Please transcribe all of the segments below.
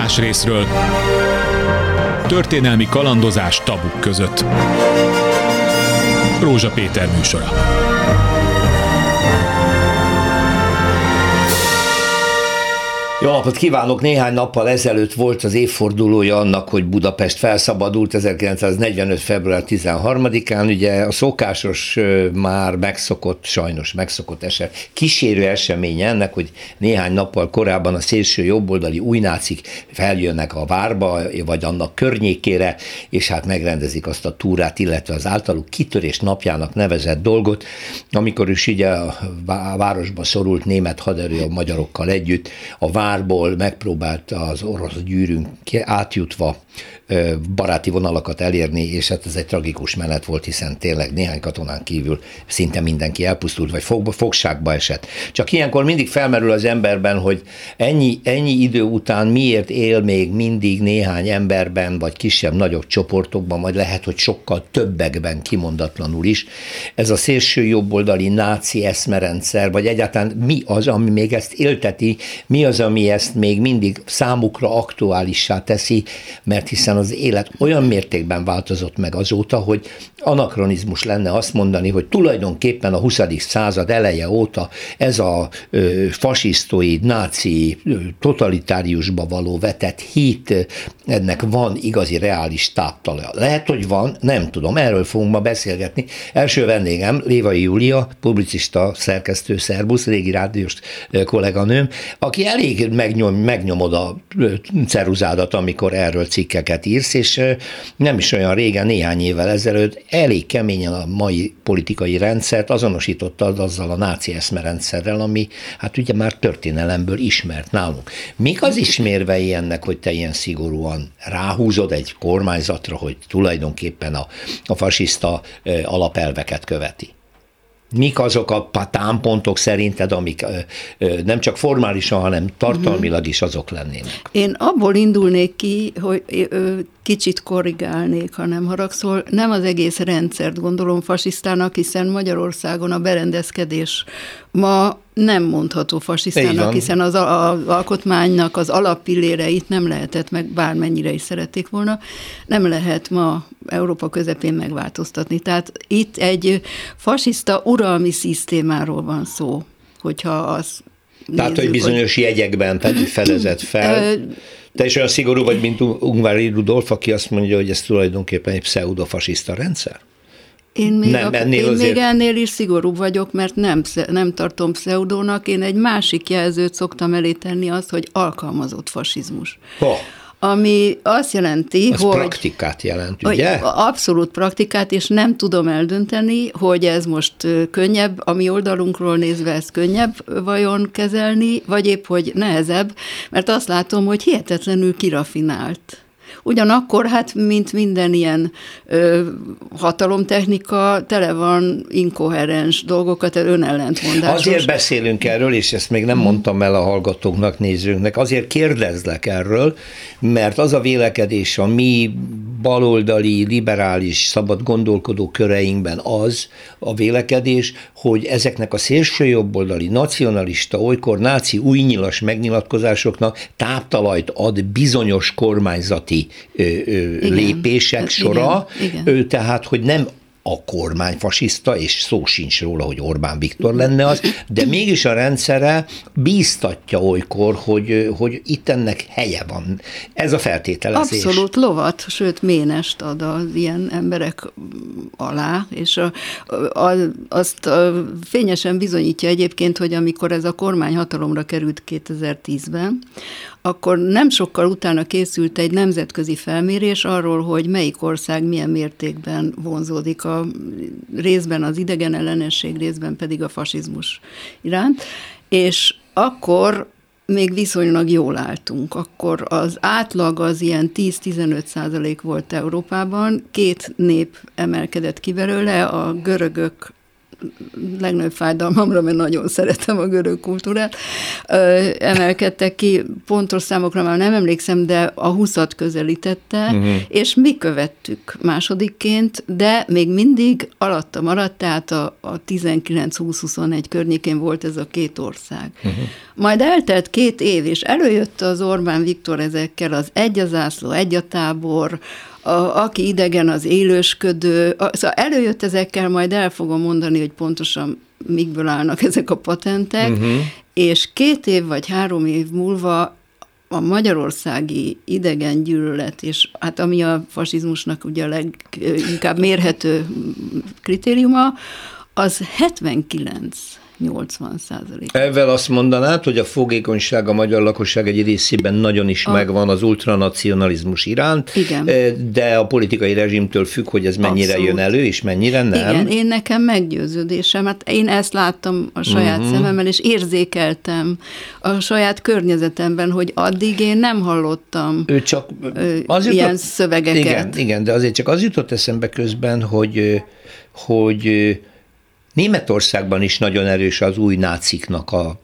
Másrészről történelmi kalandozás tabuk között. Rózsa Péter műsora. Jó napot kívánok! Néhány nappal ezelőtt volt az évfordulója annak, hogy Budapest felszabadult 1945. február 13-án. Ugye a szokásos, már megszokott, sajnos megszokott kísérő esemény ennek, hogy néhány nappal korábban a szélső jobboldali újnácik feljönnek a várba, vagy annak környékére, és hát megrendezik azt a túrát, illetve az általuk kitörés napjának nevezett dolgot, amikor is ugye a városba szorult német haderő a magyarokkal együtt a várból megpróbált az orosz gyűrűn átjutva baráti vonalakat elérni, és hát ez egy tragikus menet volt, hiszen tényleg néhány katonán kívül szinte mindenki elpusztult, vagy fogságba esett. Csak ilyenkor mindig felmerül az emberben, hogy ennyi idő után miért él még mindig néhány emberben, vagy kisebb-nagyobb csoportokban, vagy lehet, hogy sokkal többekben kimondatlanul is. Ez a szélső jobboldali náci eszmerendszer, vagy egyáltalán mi az, ami még ezt élteti, mi az, ami ezt még mindig számukra aktuálissá teszi, mert hiszen az élet olyan mértékben változott meg azóta, hogy anakronizmus lenne azt mondani, hogy tulajdonképpen a 20. század eleje óta ez a fasisztoid, náci, totalitáriusba való vetett hit, ennek van igazi reális táptalaja. Lehet, hogy van, nem tudom, erről fogunk ma beszélgetni. Első vendégem Lévai Júlia, publicista, szerkesztő, szerbusz, régi rádiós kolléganőm, aki elég megnyomod a ceruzádat, amikor erről cikkeket írsz, és nem is olyan régen, néhány évvel ezelőtt elég keményen a mai politikai rendszert azonosítottad azzal a náci eszmerendszerrel, ami hát ugye már történelemből ismert nálunk. Mik az ismérvei ennek, hogy te ilyen szigorúan ráhúzod egy kormányzatra, hogy tulajdonképpen a fasiszta alapelveket követi? Mik azok a támpontok szerinted, amik nem csak formálisan, hanem tartalmilag is azok lennének? Én abból indulnék ki, hogy kicsit korrigálnék, ha nem haragszol. Nem az egész rendszert gondolom fasisztának, hiszen Magyarországon a berendezkedés ma nem mondható fasisztának, hiszen az alkotmánynak az alappilléreit nem lehetett meg, bármennyire is szerették volna, nem lehet ma Európa közepén megváltoztatni. Tehát itt egy fasiszta uralmi szisztémáról van szó, hogyha az tehát, nézzük, hogy bizonyos jegyekben fedezett fel. Te is olyan szigorú vagy, mint Ungvári Rudolf, aki azt mondja, hogy ez tulajdonképpen egy pseudofasiszta rendszer? Én még ennél is szigorúbb vagyok, mert nem tartom pseudónak. Én egy másik jelzőt szoktam elé tenni, azt, hogy alkalmazott fasizmus. Ami azt jelenti, hogy... praktikát jelent, ugye? Abszolút praktikát, és nem tudom eldönteni, hogy ez most könnyebb, a mi oldalunkról nézve ez könnyebb vajon kezelni, vagy épp, hogy nehezebb, mert azt látom, hogy hihetetlenül kirafinált. Ugyanakkor, hát, mint minden ilyen hatalomtechnika, tele van inkoherens dolgokat, önellentmondásos. Azért beszélünk erről, és ezt még nem mondtam el a hallgatóknak, nézőknek, azért kérdezlek erről, mert az a vélekedés a mi baloldali, liberális, szabad gondolkodó köreinkben az a vélekedés, hogy ezeknek a szélsőjobboldali, nacionalista, olykor náci újnyilas megnyilatkozásoknak táptalajt ad bizonyos kormányzati lépések sora, igen. Tehát, hogy nem a kormány fasiszta, és szó sincs róla, hogy Orbán Viktor lenne az, de mégis a rendszere bíztatja olykor, hogy itt ennek helye van. Ez a feltételezés. Abszolút lovat, sőt ménest ad az ilyen emberek alá, és azt fényesen bizonyítja egyébként, hogy amikor ez a kormány hatalomra került 2010-ben, akkor nem sokkal utána készült egy nemzetközi felmérés arról, hogy melyik ország milyen mértékben vonzódik részben az idegenellenesség, részben pedig a fasizmus iránt, és akkor még viszonylag jól álltunk. Akkor az átlag az ilyen 10-15% volt Európában, 2 nép emelkedett ki belőle, a görögök legnagyobb fájdalmamra, mert nagyon szeretem a görög kultúrát, emelkedtek ki, pontos számokra már nem emlékszem, de a 20-at közelítette, és mi követtük másodikként, de még mindig alatta maradt, tehát a 19-20-21 környékén volt ez a két ország. Majd eltelt 2 év, és előjött az Orbán Viktor ezekkel az egy a zászló, egy a tábor, aki idegen, az élősködő. Szóval előjött ezekkel, majd el fogom mondani, hogy pontosan mikből állnak ezek a patentek, és 2 év vagy 3 év múlva a magyarországi idegen gyűlölet, és hát ami a fasizmusnak ugye a leginkább mérhető kritériuma, az 79-80%. Ezzel azt mondanád, hogy a fogékonyság a magyar lakosság egy részében nagyon is megvan az ultranacionalizmus iránt, igen. De a politikai rezsimtől függ, hogy ez mennyire abszolút jön elő, és mennyire nem. Igen, nekem meggyőződésem, hát én ezt láttam a saját szememmel, és érzékeltem a saját környezetemben, hogy addig én nem hallottam csak ilyen szövegeket. Igen, de azért csak az jutott eszembe közben, hogy Németországban is nagyon erős az új náciknak a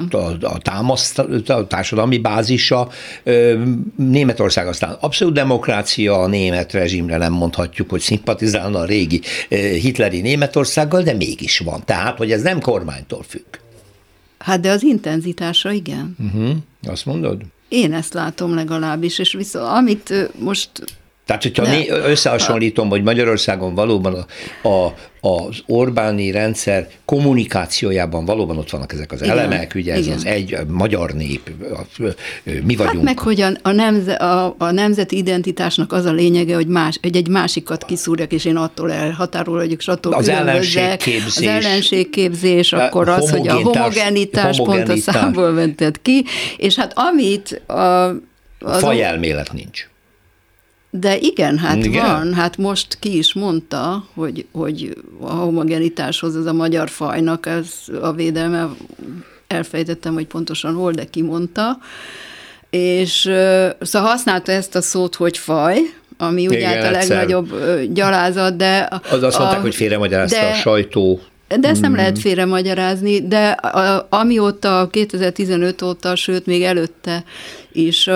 társadalmi bázisa. Németország aztán abszolút demokrácia, a német rezsimre nem mondhatjuk, hogy szimpatizálna a régi hitleri Németországgal, de mégis van. Tehát, hogy ez nem kormánytól függ. Hát de az intenzitása igen. Azt mondod? Én ezt látom legalábbis, és amit most... Tehát, hogyha összehasonlítom, hogy Magyarországon valóban az Orbáni rendszer kommunikációjában valóban ott vannak ezek az elemek, ugye ez az egy magyar nép, mi vagyunk. Hát meg, hogy a nemzeti identitásnak az a lényege, hogy egy másikat kiszúrjak, és én attól elhatárolódjuk, és attól különbözek. Az ellenségképzés, akkor az, hogy a homogenitás pont a számból vetted ki, és hát amit... Fajelmélet nincs. De igen, hát igen. Van. Hát most ki is mondta, hogy a homogenitáshoz ez a magyar fajnak ez a védelme, elfejtettem, hogy pontosan hol, de ki mondta. És szóval használta ezt a szót, hogy faj, ami ugye igen, a legnagyobb gyalázat, de... Az azt mondták, hogy félremagyarázta a sajtó. De ezt nem lehet félremagyarázni, de amióta 2015 óta, sőt még előtte is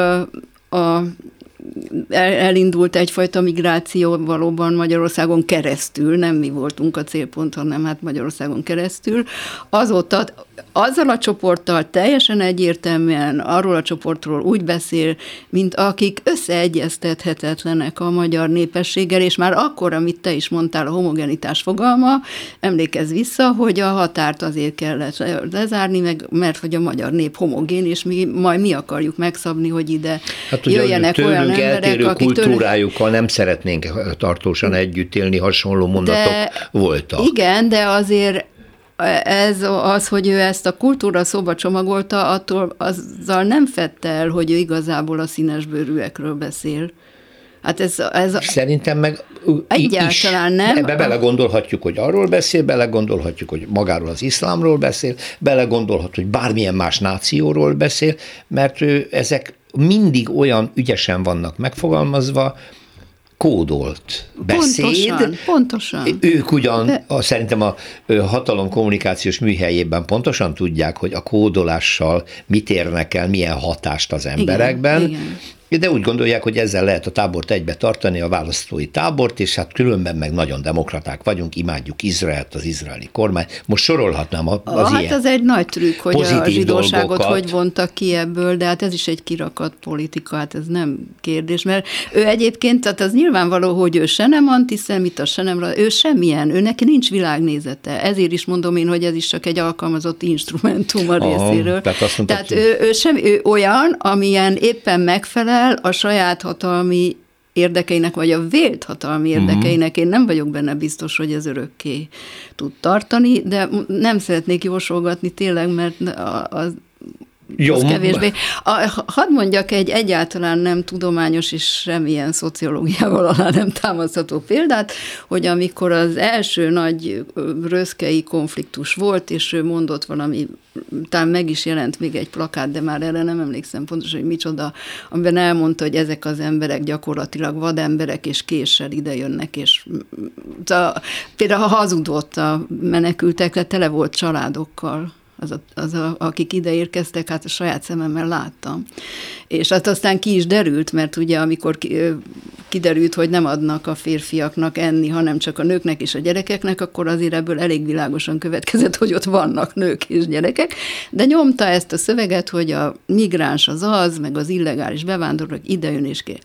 elindult egyfajta migráció valóban Magyarországon keresztül, nem mi voltunk a célpont, hanem hát Magyarországon keresztül. Azóta azzal a csoporttal teljesen egyértelműen arról a csoportról úgy beszél, mint akik összeegyeztethetetlenek a magyar népességgel, és már akkor, amit te is mondtál, a homogenitás fogalma, emlékezz vissza, hogy a határt azért kellett lezárni, mert hogy a magyar nép homogén, és mi akarjuk megszabni, hogy ide jöjjenek olyan emberek, eltérő kultúrájukkal nem szeretnénk tartósan együtt élni, hasonló mondatok voltak. Igen, de azért ez az, hogy ő ezt a kultúra szóba csomagolta, azzal nem fedte el, hogy ő igazából a színesbőrűekről beszél. Hát ez szerintem meg egyáltalán nem. Ebbe belegondolhatjuk, hogy arról beszél, belegondolhatjuk, hogy magáról az iszlámról beszél, belegondolhat, hogy bármilyen más nációról beszél, mert ezek mindig olyan ügyesen vannak megfogalmazva, kódolt beszéd. Pontosan. Ők ugyan, szerintem a hatalom kommunikációs műhelyében pontosan tudják, hogy a kódolással mit érnek el, milyen hatást az emberekben. Igen. De úgy gondolják, hogy ezzel lehet a tábort egybe tartani, a választói tábort, és hát különben meg nagyon demokraták vagyunk, imádjuk Izraelt, az izraeli kormány. Most sorolhatnám az ilyen hát az egy nagy trükk, hogy a zsidóságot dolgokat hogy vontak ki ebből, de hát ez is egy kirakat politika, hát ez nem kérdés, mert ő egyébként, tehát az nyilvánvaló, hogy ő se nem antiszemita, se nem, ő semmilyen, ő neki nincs világnézete. Ezért is mondom én, hogy ez is csak egy alkalmazott instrumentum a részéről. Tehát ő olyan, amilyen éppen megfelel a saját hatalmi érdekeinek, vagy a vélt hatalmi érdekeinek. Én nem vagyok benne biztos, hogy ez örökké tud tartani, de nem szeretnék jósolgatni tényleg, mert kevésbé. Hadd mondjak egy egyáltalán nem tudományos és semmilyen szociológiával alá nem támasztható példát, hogy amikor az első nagy röszkei konfliktus volt, és ő mondott valami, talán meg is jelent még egy plakát, de már erre nem emlékszem pontosan, hogy micsoda, amiben elmondta, hogy ezek az emberek gyakorlatilag vademberek, és késsel idejönnek, és például ha hazudott a menekültekre, tele volt családokkal, akik ide érkeztek, hát a saját szememmel láttam. És hát aztán ki is derült, mert ugye amikor kiderült, hogy nem adnak a férfiaknak enni, hanem csak a nőknek és a gyerekeknek, akkor azért ebből elég világosan következett, hogy ott vannak nők és gyerekek, de nyomta ezt a szöveget, hogy a migráns az, meg az illegális bevándorlók idejön és kér.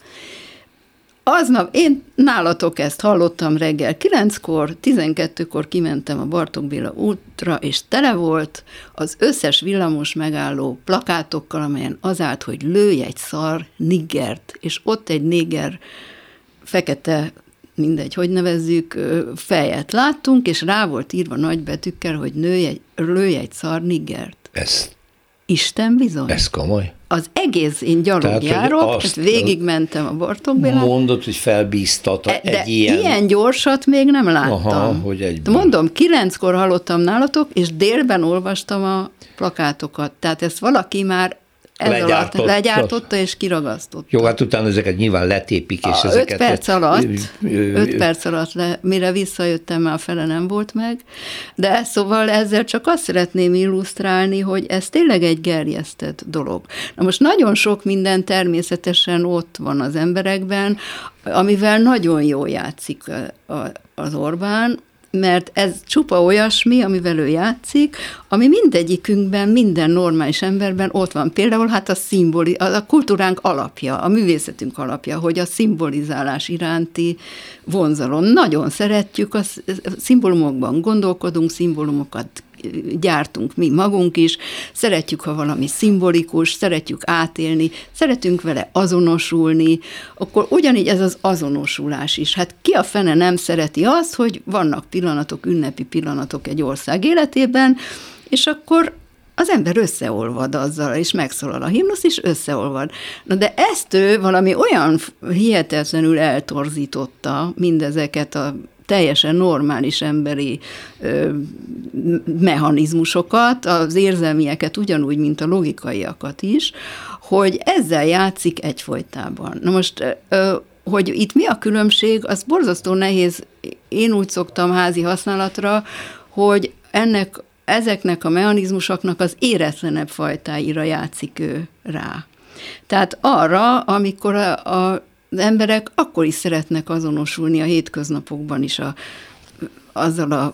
Aznap én nálatok ezt hallottam reggel 9-kor, 12-kor kimentem a Bartók Béla útra, és tele volt az összes villamos megálló plakátokkal, amelyen az állt, hogy lőj egy szar niggert, és ott egy néger fekete, mindegy, hogy nevezzük, fejet láttunk, és rá volt írva nagybetűkkel, hogy lőj egy szar niggert. Isten bizony. Ez komoly? Az egész én gyalogjárok, végigmentem a Bartók Bélán. Mondod, hogy felbíztat egy ilyen gyorsat még nem láttam. Aha, hogy egyben. Mondom, 9-kor hallottam nálatok, és délben olvastam a plakátokat. Tehát ezt valaki már legyártotta és kiragasztotta. Jó, hát utána ezeket nyilván letépik, és ezeket... 5 perc alatt, mire visszajöttem, már fele nem volt meg, de szóval ezzel csak azt szeretném illusztrálni, hogy ez tényleg egy gerjesztett dolog. Na most nagyon sok minden természetesen ott van az emberekben, amivel nagyon jól játszik az Orbán, mert ez csupa olyasmi, amivel ő játszik, ami mindegyikünkben, minden normális emberben ott van. Például hát a kultúránk alapja, a művészetünk alapja, hogy a szimbolizálás iránti vonzalom. Nagyon szeretjük, a szimbólumokban gondolkodunk, szimbólumokat gyártunk mi magunk is, szeretjük, ha valami szimbolikus, szeretjük átélni, szeretünk vele azonosulni, akkor ugyanígy ez az azonosulás is. Hát ki a fene nem szereti azt, hogy vannak pillanatok, ünnepi pillanatok egy ország életében, és akkor az ember összeolvad azzal, és megszólal a himnusz, és összeolvad. Na de ezt ő valami olyan hihetetlenül eltorzította mindezeket a teljesen normális emberi mechanizmusokat, az érzelmieket ugyanúgy, mint a logikaiakat is, hogy ezzel játszik egyfolytában. Na most, hogy itt mi a különbség, az borzasztó nehéz, én úgy szoktam házi használatra, hogy ezeknek a mechanizmusoknak az éretlenebb fajtáira játszik ő rá. Tehát arra, amikor az emberek akkor is szeretnek azonosulni a hétköznapokban is azzal az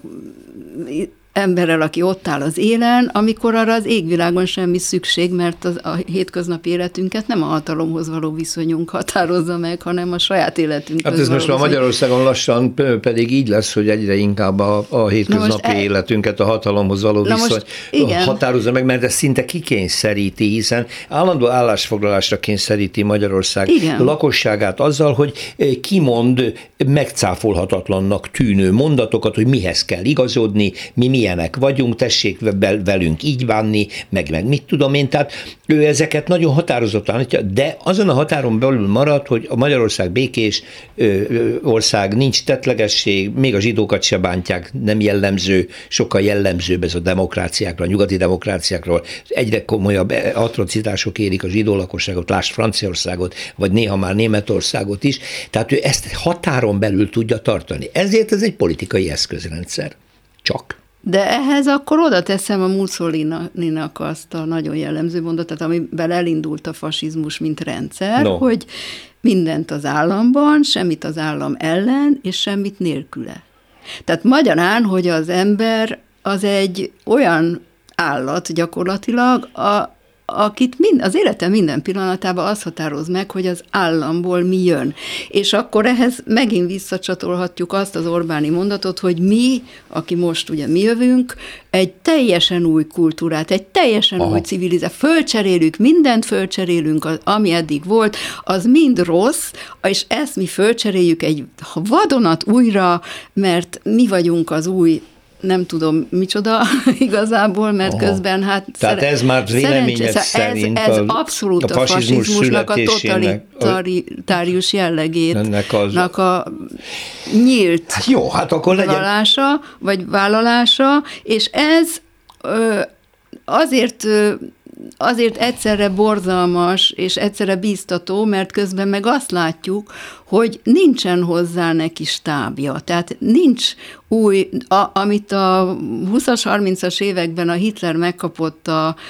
emberrel, aki ott áll az élen, amikor arra az égvilágon semmi szükség, mert a hétköznapi életünket nem a hatalomhoz való viszonyunk határozza meg, hanem a saját életünk. Hát ez most már Magyarországon lassan pedig így lesz, hogy egyre inkább a hétköznapi életünket a hatalomhoz való viszony határozza meg, mert ez szinte kikényszeríti, hiszen állandó állásfoglalásra kényszeríti Magyarország lakosságát azzal, hogy kimond megcáfolhatatlannak tűnő mondatokat, hogy mihez kell igazodni, mi milyenek vagyunk, tessék velünk így bánni, meg mit tudom én, tehát ő ezeket nagyon határozottan, de azon a határon belül marad, hogy a Magyarország békés ország, nincs tettlegesség, még a zsidókat se bántják, nem jellemző, sokkal jellemzőbb ez a demokráciákra, a nyugati demokráciákról, egyre komolyabb atrocitások érik a zsidó lakosságot, lásd Franciaországot, vagy néha már Németországot is, tehát ő ezt határon belül tudja tartani. Ezért ez egy politikai eszközrendszer. Csak. De ehhez akkor oda teszem a Mussolininak azt a nagyon jellemző mondatát, amivel elindult a fasizmus, mint rendszer, hogy mindent az államban, semmit az állam ellen, és semmit nélküle. Tehát magyarán, hogy az ember az egy olyan állat gyakorlatilag, akit az élete minden pillanatában az határoz meg, hogy az államból mi jön. És akkor ehhez megint visszacsatolhatjuk azt az Orbáni mondatot, hogy mi, aki most ugye mi jövünk, egy teljesen új kultúrát, egy teljesen új civilizációt, mindent fölcserélünk, ami eddig volt, az mind rossz, és ezt mi fölcseréljük egy vadonat újra, mert mi vagyunk az új nem tudom micsoda igazából, mert közben hát... Tehát ez már véleményed szerint ez abszolút a fasizmusnak a totalitárius jellegét a nyílt jó, hát akkor vallása, vagy vállalása, és ez azért egyszerre borzalmas és egyszerre bíztató, mert közben meg azt látjuk, hogy nincsen hozzá neki stábja. Tehát nincs új, amit a 20-as, 30-as években a Hitler megkapott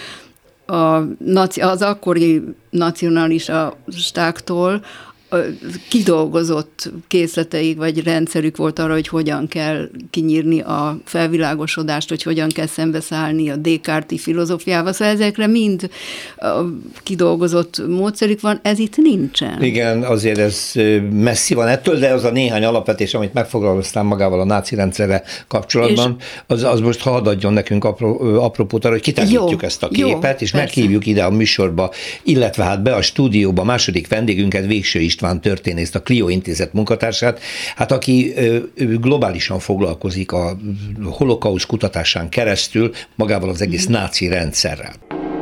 az akkori nacionalistáktól, kidolgozott készleteik, vagy rendszerük volt arra, hogy hogyan kell kinyírni a felvilágosodást, hogy hogyan kell szembeszállni a Descartes-i filozófiával. Szóval ezekre mind kidolgozott módszerük van, ez itt nincsen. Igen, azért ez messzi van ettől, de az a néhány alapvetés, amit megfogalmaztál magával a náci rendszerrel kapcsolatban, az most hadd adjon nekünk apropót arra, hogy kiterjesztjük ezt a képet, és persze. Meghívjuk ide a műsorba, illetve hát be a stúdióba második vendégünket, Végső István történészt, a Clio Intézet munkatársát, hát aki globálisan foglalkozik a holokauszt kutatásán keresztül magával az egész náci rendszerrel.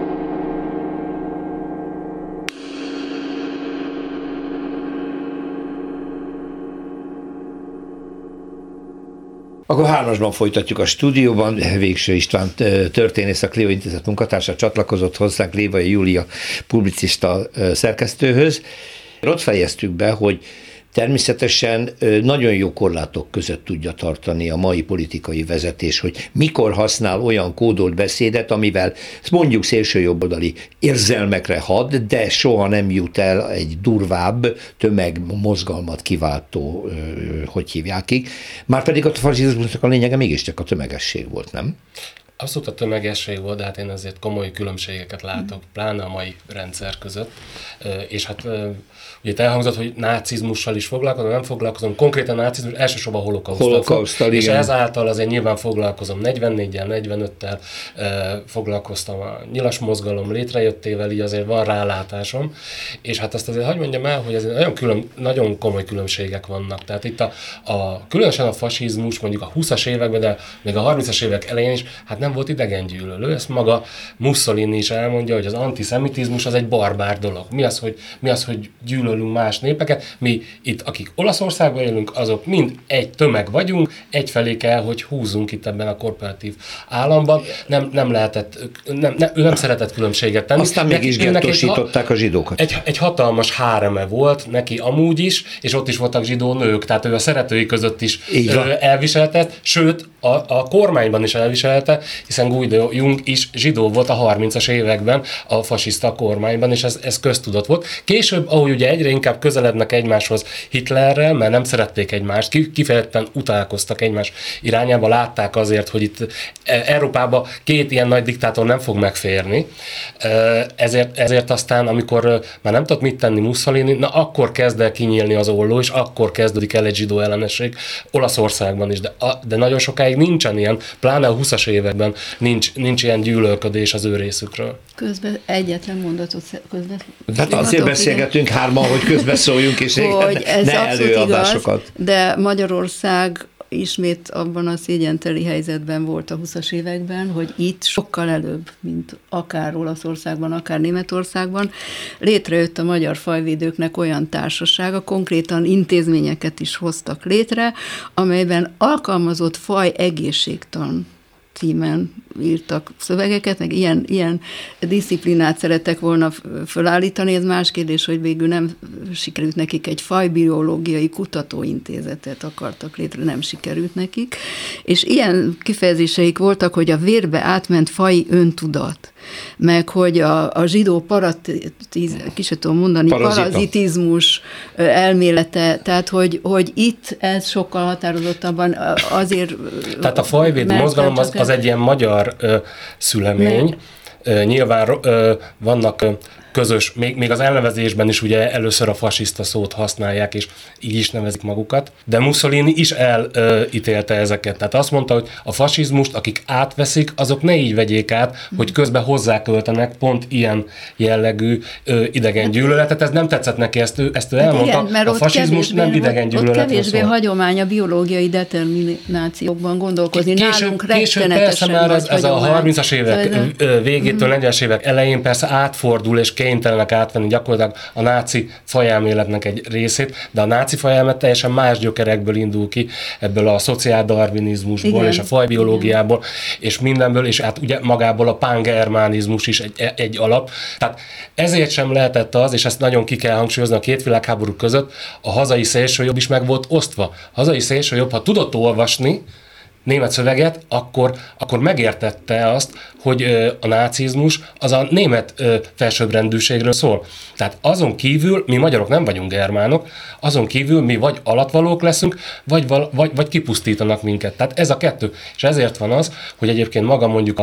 Akkor hármasban folytatjuk a stúdióban. Végső István történész, a Clio Intézet munkatársa csatlakozott hozzánk Lévai Júlia publicista szerkesztőhöz. Ott fejeztük be, hogy természetesen nagyon jó korlátok között tudja tartani a mai politikai vezetés, hogy mikor használ olyan kódolt beszédet, amivel mondjuk szélsőjobboldali érzelmekre had, de soha nem jut el egy durvább tömegmozgalmat kiváltó, hogy hívják így. Márpedig a fasizmusnak a lényege mégiscsak a tömegesség volt, nem? Abszolút a tömegesség volt, de hát én azért komoly különbségeket látok, pláne a mai rendszer között. És hát ugye elhangzott, hogy nácizmussal is foglalkozom, nem foglalkozom, konkrétan nácizmus, elsősorban holokausztal, és ezáltal azért nyilván foglalkozom 44-jel, 45-tel, foglalkoztam a nyilas mozgalom létrejöttével, így azért van rálátásom, és hát azt azért hadd mondjam el, hogy ez nagyon komoly különbségek vannak. Tehát itt különösen a fasizmus mondjuk a 20-as években, de még a 30-as évek elején is, hát nem volt idegengyűlölő. Ezt maga Mussolini is elmondja, hogy az antiszemitizmus az egy barbár dolog. Mi az, hogy gyűlölünk más népeket? Mi itt, akik Olaszországban élünk, azok mind egy tömeg vagyunk, egyfelé kell, hogy húzzunk itt ebben a korporatív államban. Ő nem szeretett különbséget tenni. Aztán mégis gettosították a zsidókat. Egy hatalmas háreme volt neki amúgy is, és ott is voltak zsidó nők, tehát ő a szeretői között is elviselte, sőt, a kormányban is elviselte, hiszen Guido Jung is zsidó volt a 30-as években a fasiszta kormányban, és ez köztudott volt. Később, ahogy ugye egyre inkább közelednek egymáshoz Hitlerrel, mert nem szerették egymást, kifejezetten utálkoztak egymás irányába, látták azért, hogy itt Európában két ilyen nagy diktátor nem fog megférni, ezért aztán, amikor már nem tudott mit tenni Mussolini, na akkor kezd el kinyílni az olló, és akkor kezdődik el egy zsidó ellenesség Olaszországban is, de nagyon sokáig nincsen ilyen, pláne a 20-as években nincs ilyen gyűlölködés az ő részükről. Közben egyetlen mondatot Tehát azért beszélgetünk hárman, hogy közbeszóljunk, és ne előadásokat. Igaz, de Magyarország ismét abban a szégyenteli helyzetben volt a 20-as években, hogy itt sokkal előbb, mint akár Olaszországban, akár Németországban létrejött a magyar fajvédőknek olyan társasága, konkrétan intézményeket is hoztak létre, amelyben alkalmazott faj egészségtan címen írtak szövegeket, meg ilyen disziplinát szerettek volna felállítani. Ez más kérdés, hogy végül nem sikerült nekik, egy fajbiológiai kutatóintézetet akartak létre, nem sikerült nekik. És ilyen kifejezéseik voltak, hogy a vérbe átment faji öntudat, meg hogy a zsidó parazitizmus elmélete, tehát hogy itt ez sokkal határozottabban azért... Tehát a fajvédő mozgalom az egy ilyen magyar szülemény. Nyilván vannak közös, még az elnevezésben is ugye először a fasiszta szót használják, és így is nevezik magukat, de Mussolini is elítélte ezeket. Tehát azt mondta, hogy a fasizmust, akik átveszik, azok ne így vegyék át, hogy közben hozzáköltenek pont ilyen jellegű idegen gyűlöletet. Ez nem tetszett neki, ezt ő elmondta. Igen, a fasizmus nem idegen gyűlöletről szól. Ott kevésbé hagyomány a biológiai determinációkban gondolkozni. Nálunk később persze már ez a 30-as évek végétől, 40-es évek elején persze átfordul, és kénytelenek átvenni gyakorlatilag a náci fajelméletnek egy részét, de a náci fajelmélet teljesen más gyökerekből indul ki, ebből a szociáldarwinizmusból és a fajbiológiából, és mindenből, és hát ugye magából a pangermánizmus is egy alap. Tehát ezért sem lehetett az, és ezt nagyon ki kell hangsúlyozni, a két világháború között a hazai szélsőjobb is meg volt osztva. A hazai szélsőjobb, ha tudott olvasni német szöveget, akkor megértette azt, hogy a nácizmus az a német felsőbbrendűségről szól. Tehát azon kívül mi magyarok nem vagyunk germánok, azon kívül mi vagy alattvalók leszünk, vagy kipusztítanak minket. Tehát ez a kettő. És ezért van az, hogy egyébként maga mondjuk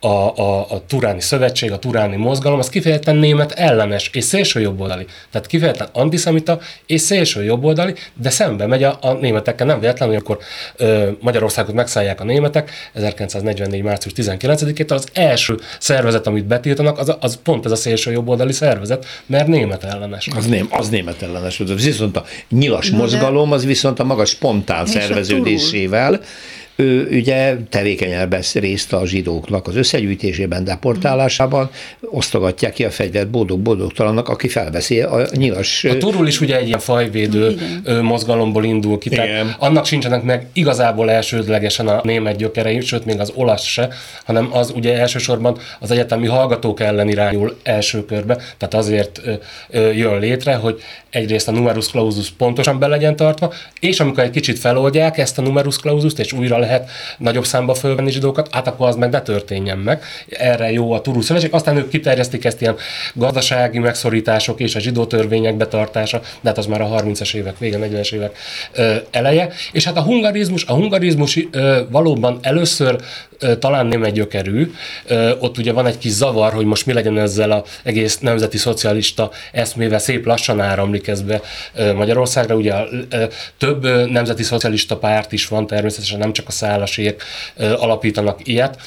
a turáni szövetség, a turáni mozgalom, az kifejezetten német ellenes és szélső jobboldali. Tehát kifejezetten antiszemita és szélső jobboldali, de szembe megy a németekkel. Nem véletlenül, hogy akkor Magyarországot megszállják a németek 1944. március 19-től, az első szervezet, amit betiltanak, az pont ez a szélső jobboldali szervezet, mert német ellenes. Az német ellenes. Viszont a nyilas mozgalom, az viszont a maga spontán szerveződésével ő ugye tevékenyen vesz részt a zsidóknak az összegyűjtésében, deportálásában, osztogatják ki a fegyvert boldog-boldogtalannak, aki felveszi a nyilas... A Turul is ugye egy ilyen fajvédő mozgalomból indul ki, tehát annak sincsenek meg igazából elsődlegesen a német gyökerei, sőt még az olasz se, hanem az ugye elsősorban az egyetemi hallgatók ellen irányul első körbe, tehát azért jön létre, hogy egyrészt a numerus clausus pontosan be legyen tartva, és amikor egy kicsit feloldják ezt a numerus clausust, és újra lehet nagyobb számba fölvenni zsidókat, hát akkor az meg ne történjen meg. Erre jó a Turul szövetség. Aztán ők kiterjesztik ezt ilyen gazdasági megszorítások és a zsidó törvények betartása, de hát az már a 30-as évek vége, 40-es évek eleje. És hát a hungarizmus valóban először talán német gyökerű. Ott ugye van egy kis zavar, hogy most mi legyen ezzel az egész nemzeti szocialista eszmével, szép lassan áramlik ez be Magyarországra. Ugye több nemzeti szocialista párt is van, természetesen nem csak a szálasiek alapítanak ilyet,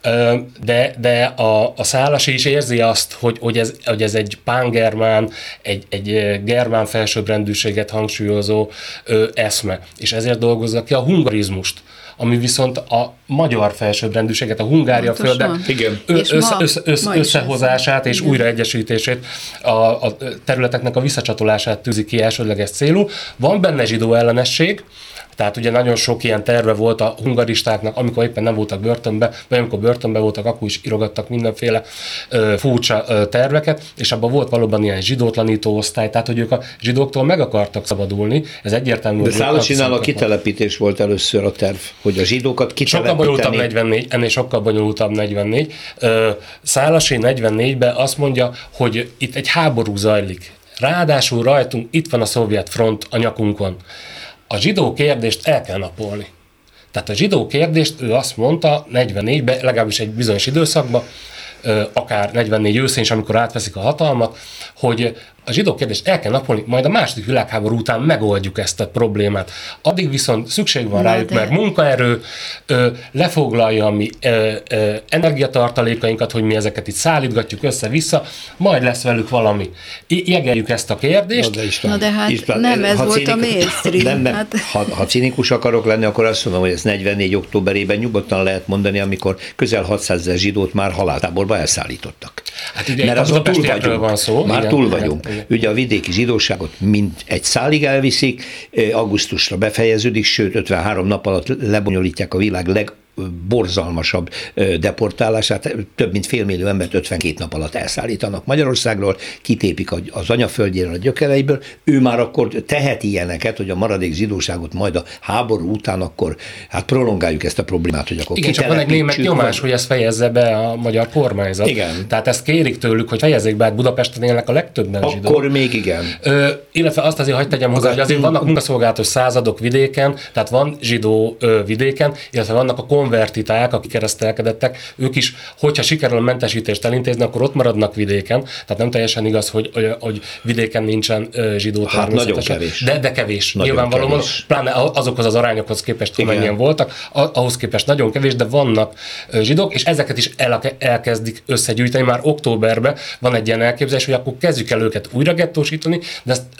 de a szálasi is érzi azt, hogy ez egy pángermán, egy germán felsőbbrendűséget hangsúlyozó eszme, és ezért dolgozza ki a hungarizmust, ami viszont a magyar felsőbbrendűséget, a Hungária földek összehozását és újraegyesítését, a területeknek a visszacsatolását tűzi ki elsődleges célul. Van benne zsidó ellenesség, tehát ugye nagyon sok ilyen terve volt a hungaristáknak, amikor éppen nem voltak börtönbe, vagy amikor börtönbe voltak, akkor is írogattak mindenféle furcsa terveket, és abban volt valóban ilyen zsidótlanító osztály, tehát hogy ők a zsidóktól meg akartak szabadulni, ez egyértelmű. De Szálasinnál a kitelepítés volt először a terv, hogy a zsidókat kitelepíteni. Ennél sokkal bonyolultabb 44. Szálasi 44-ben azt mondja, hogy itt egy háború zajlik. Ráadásul rajtunk itt van a szovjet front a nyakunkon. A zsidó kérdést el kell napolni. Tehát a zsidó kérdést ő azt mondta 44-ben, legalábbis egy bizonyos időszakban, akár 44 őszén is, amikor átveszik a hatalmat, hogy a zsidó kérdést el kell napolni, majd a második világháború után megoldjuk ezt a problémát. Addig viszont szükség van rájuk, mert munkaerő lefoglalja a mi energiatartalékainkat, hogy mi ezeket itt szállítgatjuk össze-vissza, majd lesz velük valami. Jegeljük ezt a kérdést. De hát István, nem ez volt a mainstream. Ha cinikus akarok lenni, akkor azt mondom, hogy ez 44. októberében nyugodtan lehet mondani, amikor közel 600 000 zsidót már haláltáborba elszállítottak. Hát ugye mert azon túl vagyunk. Van szó. Már túl vagyunk. Igen. Ugye a vidéki zsidóságot mind egy szálig elviszik, augusztusra befejeződik, sőt 53 nap alatt lebonyolítják a világ legborzalmasabb deportálását, több mint 500 000 embert 52 nap alatt elszállítanak Magyarországról, kitépik az anyaföldjéről, a gyökereiből, ő már akkor teheti ilyeneket, hogy a maradék zsidóságot majd a háború után akkor hát prolongáljuk ezt a problémát, hogy akkor igen, csak van egy német nyomás, hogy ezt fejezze be a magyar kormányzat. Igen. Tehát ezt kérik tőlük, hogy fejezzék be, hát Budapesten élnek a legtöbben zsidók. Akkor még igen. Illetve azt azért hagyd tegyem hozzá, hogy azért vannak munkaszolgálatos századok vidéken, tehát van zsidó vidéken, illetve vannak a konvertiták, akik keresztelkedettek, ők is, hogyha sikerül a mentesítést elintézni, akkor ott maradnak vidéken. Tehát nem teljesen igaz, hogy vidéken nincsen zsidó természetesen. Nagyon kevés. De kevés. Nyilvánvalóan, pláne azokhoz az arányokhoz képest, hogy mennyien voltak, ahhoz képest nagyon kevés, de vannak zsidók, és ezeket is elkezdik összegyűjteni. Már októberben van egy ilyen elképzelés, hogy akkor kezdjük el őket újra gettósítani, de ezt,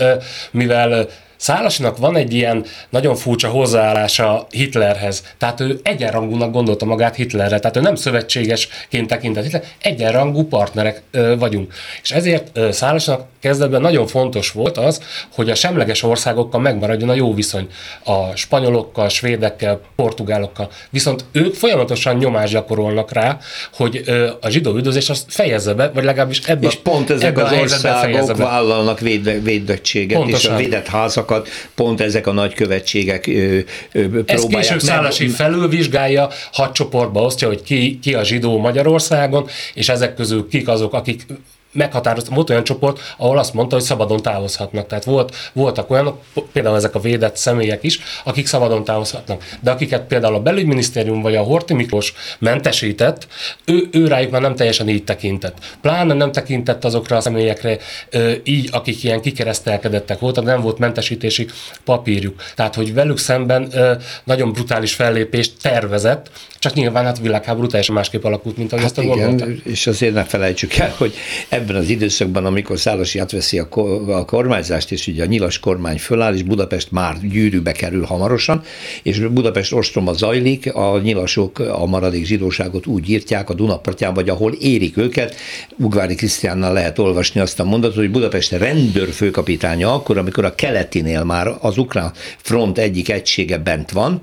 mivel Szálasinak van egy ilyen nagyon furcsa hozzáállása Hitlerhez. Tehát ő egyenrangúnak gondolta magát Hitlerre, tehát ő nem szövetségesként tekintett Hitler, egyenrangú partnerek vagyunk. És ezért Szálasinak kezdetben nagyon fontos volt az, hogy a semleges országokkal megmaradjon a jó viszony. A spanyolokkal, svédekkel, portugálokkal. Viszont ők folyamatosan nyomást gyakorolnak rá, hogy a zsidó üldözés azt fejezze be, vagy legalábbis ebben. És pont ezek az országok vállalnak védettséget, és a védett házak pont ezek a nagykövetségek próbálják. Ezt később Szálasi felülvizsgálja, hadcsoportba osztja, hogy ki a zsidó Magyarországon, és ezek közül kik azok, akik meghatároztak. Volt olyan csoport, ahol azt mondta, hogy szabadon távozhatnak. Tehát voltak olyanok, például ezek a védett személyek is, akik szabadon távozhatnak. De akiket például a belügyminisztérium vagy a Horthy Miklós mentesített, ő rájuk már nem teljesen így tekintett. Pláne nem tekintett azokra a személyekre így, akik ilyen kikeresztelkedettek voltak, nem volt mentesítési papírjuk. Tehát, hogy velük szemben nagyon brutális fellépést tervezett, csak nyilván hát a világháború teljesen másképp alakult, mint ahogy azt gondolták. És azért ne felejtsük el, hogy ebben az időszakban, amikor Szálasi átveszi a kormányzást, és ugye a nyilas kormány föláll, és Budapest már gyűrűbe kerül hamarosan, és Budapest ostroma zajlik, a nyilasok a maradék zsidóságot úgy írtják a Dunapartján, vagy ahol érik őket. Ugvári Krisztiánnal lehet olvasni azt a mondatot, hogy Budapest rendőrfőkapitánya akkor, amikor a keletinél már az ukrán front egyik egysége bent van,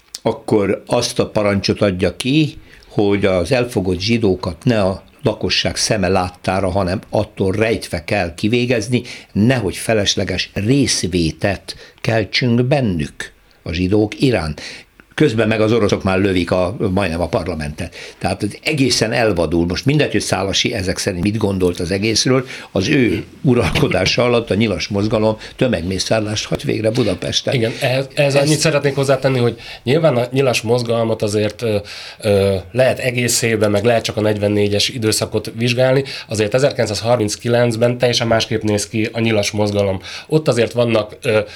akkor azt a parancsot adja ki, hogy az elfogott zsidókat ne a lakosság szeme láttára, hanem attól rejtve kell kivégezni, nehogy felesleges részvétet keltsünk bennük a zsidók iránt. Közben meg az oroszok már lövik majdnem a parlamentet. Tehát egészen elvadul. Most mindegy, hogy Szálasi ezek szerint mit gondolt az egészről, az ő uralkodása alatt a nyilas mozgalom tömegmészárlást hagy végre Budapesten. Igen, ehhez annyit szeretnék hozzátenni, hogy nyilván a nyilas mozgalmat azért lehet egészében, meg lehet csak a 44-es időszakot vizsgálni, azért 1939-ben teljesen másképp néz ki a nyilas mozgalom. Ott azért vannak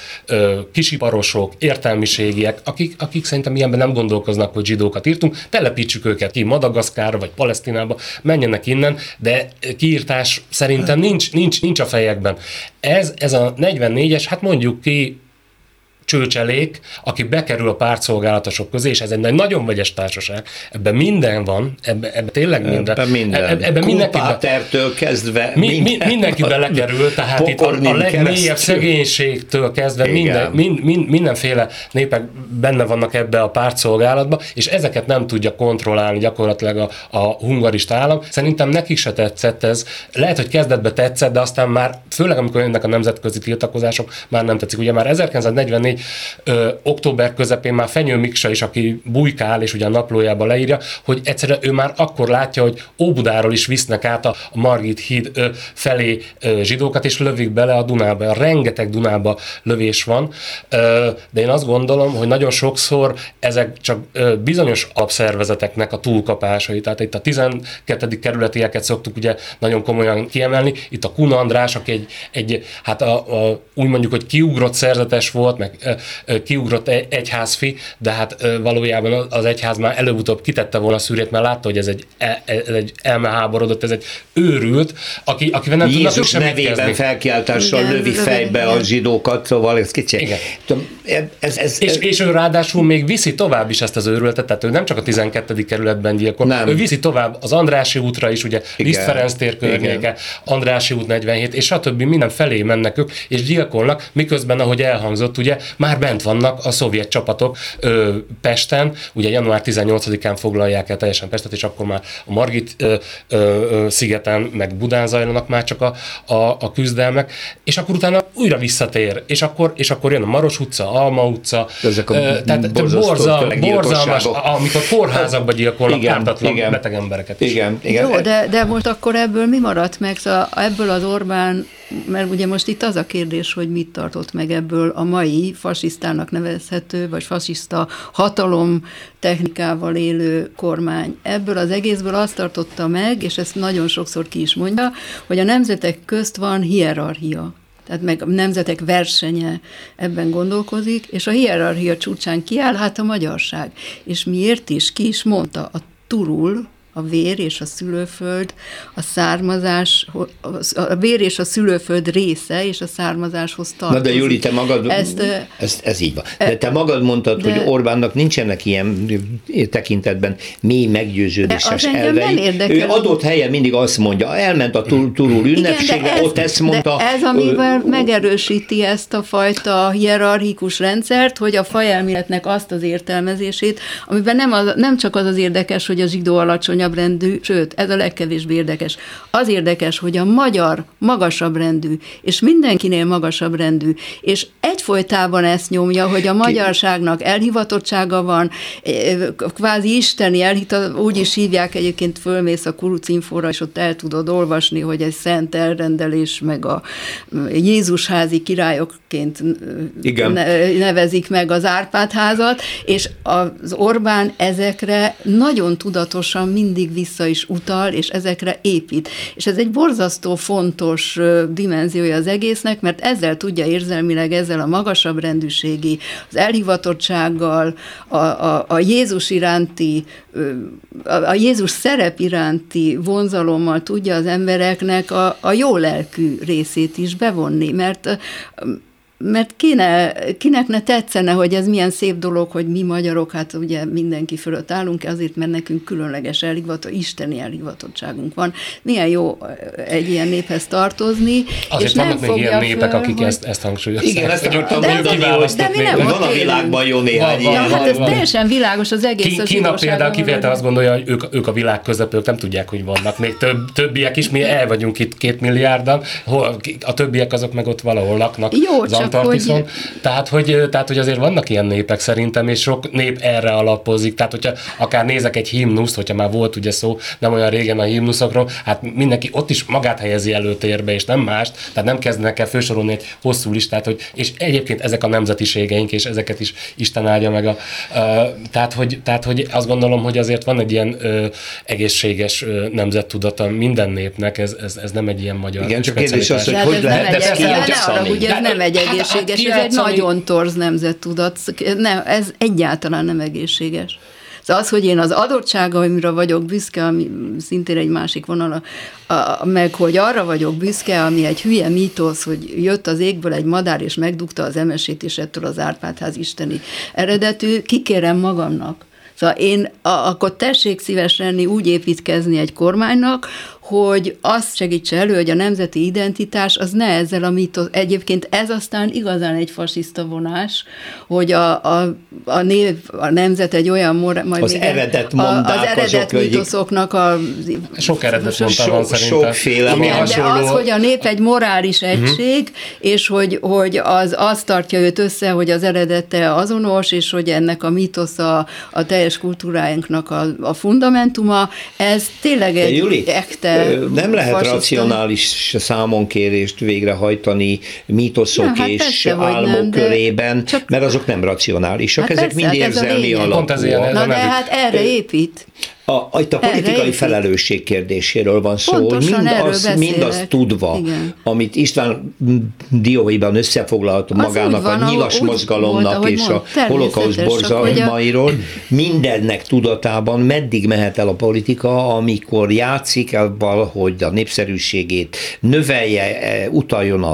kisiparosok, értelmiségiek, akik szerintem ilyenben nem gondolkoznak, hogy zsidókat írtunk, telepítsük őket ki Madagaszkárra vagy Palesztinába, menjenek innen, de kiírtás szerintem nincs a fejekben. Ez a 44-es, hát mondjuk ki csőcselék, aki bekerül a pártszolgálatosok közé, és ez egy nagyon vegyes társaság. Ebben minden van, ebben tényleg minden. Ebben Kumpátertől kezdve mindenki belekerül, tehát itt a legmélyebb szegénységtől kezdve mindenféle népek benne vannak ebbe a pártszolgálatba, és ezeket nem tudja kontrollálni gyakorlatilag a hungarista állam. Szerintem nekik se tetszett ez. Lehet, hogy kezdetben tetszett, de aztán már, főleg amikor jönnek a nemzetközi tiltakozások, már nem tetszik. Ugye már 1944 október közepén már Fenyő Miksa is, aki bujkál, és ugye a naplójában leírja, hogy egyszerűen ő már akkor látja, hogy Óbudáról is visznek át a Margit híd felé zsidókat, és lövik bele a Dunába. Rengeteg Dunába lövés van, de én azt gondolom, hogy nagyon sokszor ezek csak bizonyos alapszervezeteknek a túlkapásai. Tehát itt a 12. kerületieket szoktuk ugye nagyon komolyan kiemelni. Itt a Kun András, aki úgy mondjuk, hogy kiugrott szerzetes volt, meg kiugrott egyházfi, de hát valójában az egyház már előbb-utóbb kitette volna a szűrét, mert látta, hogy ez egy elmeháborodott, ez egy őrült, akivel nem tudnak Jézus nevében felkiáltással lövi fejbe a zsidókat, szóval ez kicsi. És ő ráadásul még viszi tovább is ezt az őrületet, tehát ő nem csak a 12. kerületben gyilkol, ő viszi tovább az Andrássy útra is, ugye Liszt Ferenc tér környéke, Andrássy út 47, és stb. Minden felé mennek ők, és gyilkolnak, miközben, ahogy elhangzott, ugye már bent vannak a szovjet csapatok Pesten, ugye január 18-án foglalják el teljesen Pestet, és akkor már a Margit szigeten, meg Budán zajlanak már csak a küzdelmek, és akkor utána újra visszatér, és akkor jön a Maros utca, Alma utca, tehát borzalmas, amikor kórházakba gyilkolnak ártatlan beteg embereket is. Igen. Jó, de most akkor ebből mi maradt meg? Szóval ebből az Orbán mert ugye most itt az a kérdés, hogy mit tartott meg ebből a mai fasisztának nevezhető, vagy fasiszta hatalom technikával élő kormány. Ebből az egészből azt tartotta meg, és ezt nagyon sokszor ki is mondja, hogy a nemzetek közt van hierarchia. Tehát meg a nemzetek versenye ebben gondolkozik, és a hierarchia csúcsán kiáll hát a magyarság. És miért is? Ki is mondta? A turul, a vér és a szülőföld, a származás, a vér és a szülőföld része, és a származáshoz tartozik. Na de Júli, te magad, ez így van. De te magad mondtad, hogy Orbánnak nincsenek ilyen tekintetben mély meggyőződéses elvei. Ő adott helyen mindig azt mondja, elment a turul ünnepségre, ott ezt mondta. De ez, amivel megerősíti ezt a fajta hierarchikus rendszert, hogy a fajelméletnek azt az értelmezését, amiben nem csak az érdekes, hogy a zsidó alacsony rendű, sőt, ez a legkevésbé érdekes. Az érdekes, hogy a magyar magasabb rendű, és mindenkinél magasabb rendű, és egyfolytában ezt nyomja, hogy a magyarságnak elhivatottsága van, kvázi isteni úgy is hívják, egyébként fölmész a Kurucinfóra, és ott el tudod olvasni, hogy egy szent elrendelés, meg a Jézusházi királyokként nevezik meg az Árpád-házat, és az Orbán ezekre nagyon tudatosan mindig vissza is utal, és ezekre épít. És ez egy borzasztó fontos dimenziója az egésznek, mert ezzel tudja érzelmileg, ezzel a magasabb rendűségi, az elhivatottsággal, a Jézus iránti, a Jézus szerep iránti vonzalommal tudja az embereknek a jó lelkű részét is bevonni, mert kinek ne tetszene, hogy ez milyen szép dolog, hogy mi magyarok, hát ugye mindenki fölött állunk, azért, mert nekünk különleges isteni elhivatottságunk van. Milyen jó egy ilyen néphez tartozni. Azért és vannak még ilyen népek, akik ezt hangsúlyozzák. Igen, ezt akartam mondani, hogy van a világban jó néhány ilyen. Hát ez teljesen világos az egész. Kína például kifejezetten azt gondolja, hogy ők a világ közepők, nem tudják, hogy vannak még többiek is, mi el vagyunk itt 2 milliárdan, a többiek azok meg ott valahol laknak. Jó, csak Tartiszon. Tehát, hogy azért vannak ilyen népek szerintem, és sok nép erre alapozik. Tehát, hogyha akár nézek egy himnuszt, hogyha már volt ugye szó nem olyan régen a himnuszokról, hát mindenki ott is magát helyezi előtérbe, és nem mást, tehát nem kezdenek el felsorolni egy hosszú listát, és egyébként ezek a nemzetiségeink, és ezeket is Isten áldja meg. Tehát, hogy azt gondolom, hogy azért van egy ilyen egészséges nemzettudata minden népnek, ez nem egy ilyen magyar. Igen, csak kérdés az, hogy lehet ezt kijátszani. Ez nem egy egészséges, ez egy nagyon torz nemzettudat, ez egyáltalán nem egészséges. Az, hogy én az adottságaimra vagyok büszke, ami szintén egy másik vonal, meg hogy arra vagyok büszke, ami egy hülye mítosz, hogy jött az égből egy madár, és megdugta az emesét, és ettől az Árpád-ház isteni eredetű, kikérem magamnak. Szóval én akkor tessék szíves lenni úgy építkezni egy kormánynak, hogy azt segítse elő, hogy a nemzeti identitás az ne ezzel a mítosz. Egyébként ez aztán igazán egy fasiszta vonás, hogy a nemzet egy olyan az eredet mítoszoknak sok eredet mondta van szerintem. Sokféle van. De az, hogy a nép egy morális egység, és hogy az tartja őt össze, hogy az eredete azonos, és hogy ennek a mítosza a teljes kultúráinknak a fundamentuma, ez tényleg egy ekte nem lehet racionális számonkérést végrehajtani mítoszok és álmok körében, mert azok nem racionálisak, ezek mind érzelmi alapúak. Na de hát erre épít. Itt a politikai felelősség kérdéséről van szó, pontosan hogy mindazt tudva, igen, amit István dióhéjban összefoglalta magának a nyilas mozgalomnak és a holokauszt borzalmairól, mindennek tudatában meddig mehet el a politika, amikor játszik abban, hogy a népszerűségét növelje, utaljon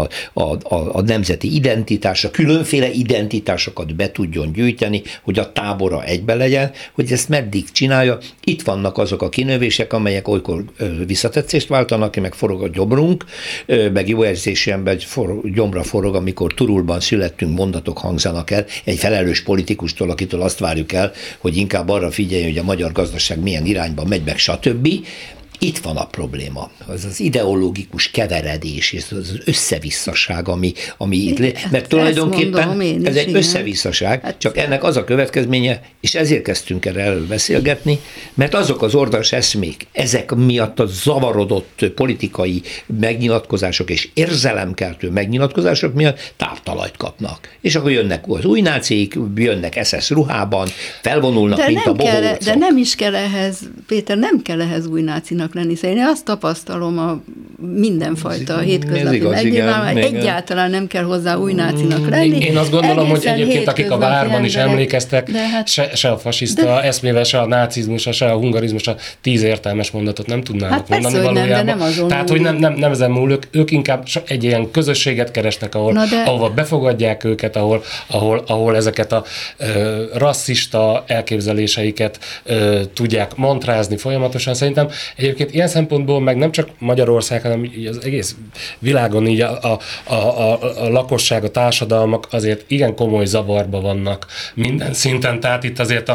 a nemzeti identitásra, különféle identitásokat be tudjon gyűjteni, hogy a tábora egybe legyen, hogy ezt meddig csinálja. Itt vannak azok a kinövések, amelyek olykor visszatetszést váltanak, meg forog a gyomrunk, meg jó érzésemben gyomra forog, amikor Turulban születtünk, mondatok hangzanak el egy felelős politikustól, akitől azt várjuk el, hogy inkább arra figyeljen, hogy a magyar gazdaság milyen irányba megy, meg stb. Itt van a probléma, az ideológikus keveredés, és az összevisszaság, ami itt mert tulajdonképpen mondom, ez egy összevisszaság, hát csak ennek az a következménye, és ezért kezdtünk erről beszélgetni, mert azok az ordas eszmék, ezek miatt a zavarodott politikai megnyilatkozások és érzelemkeltő megnyilatkozások miatt táptalajt kapnak. És akkor jönnek az új nácik, jönnek SS ruhában, felvonulnak, mint a bohócok. De nem is kell ehhez, Péter, nem kell ehhez új nácinak lenni. Én azt tapasztalom a mindenfajta hétköznapi megnyilvánulásban, egyáltalán nem kell hozzá új nácinak lenni. Én azt gondolom, hogy egyébként akik a várban is emlékeztek, se a fasiszta eszmével, se a nácizmusra, se a hungarizmusra 10 értelmes mondatot nem tudnának mondani valójában. Tehát, hogy nem ezen múl, ők inkább egy ilyen közösséget keresnek, ahol befogadják őket, ahol ezeket a rasszista elképzeléseiket tudják mantrázni folyamatosan. Szerintem egyébként ilyen szempontból meg nem csak Magyarország, hanem az egész világon így a lakosság, a társadalmak azért igen komoly zavarba vannak minden szinten. Tehát itt azért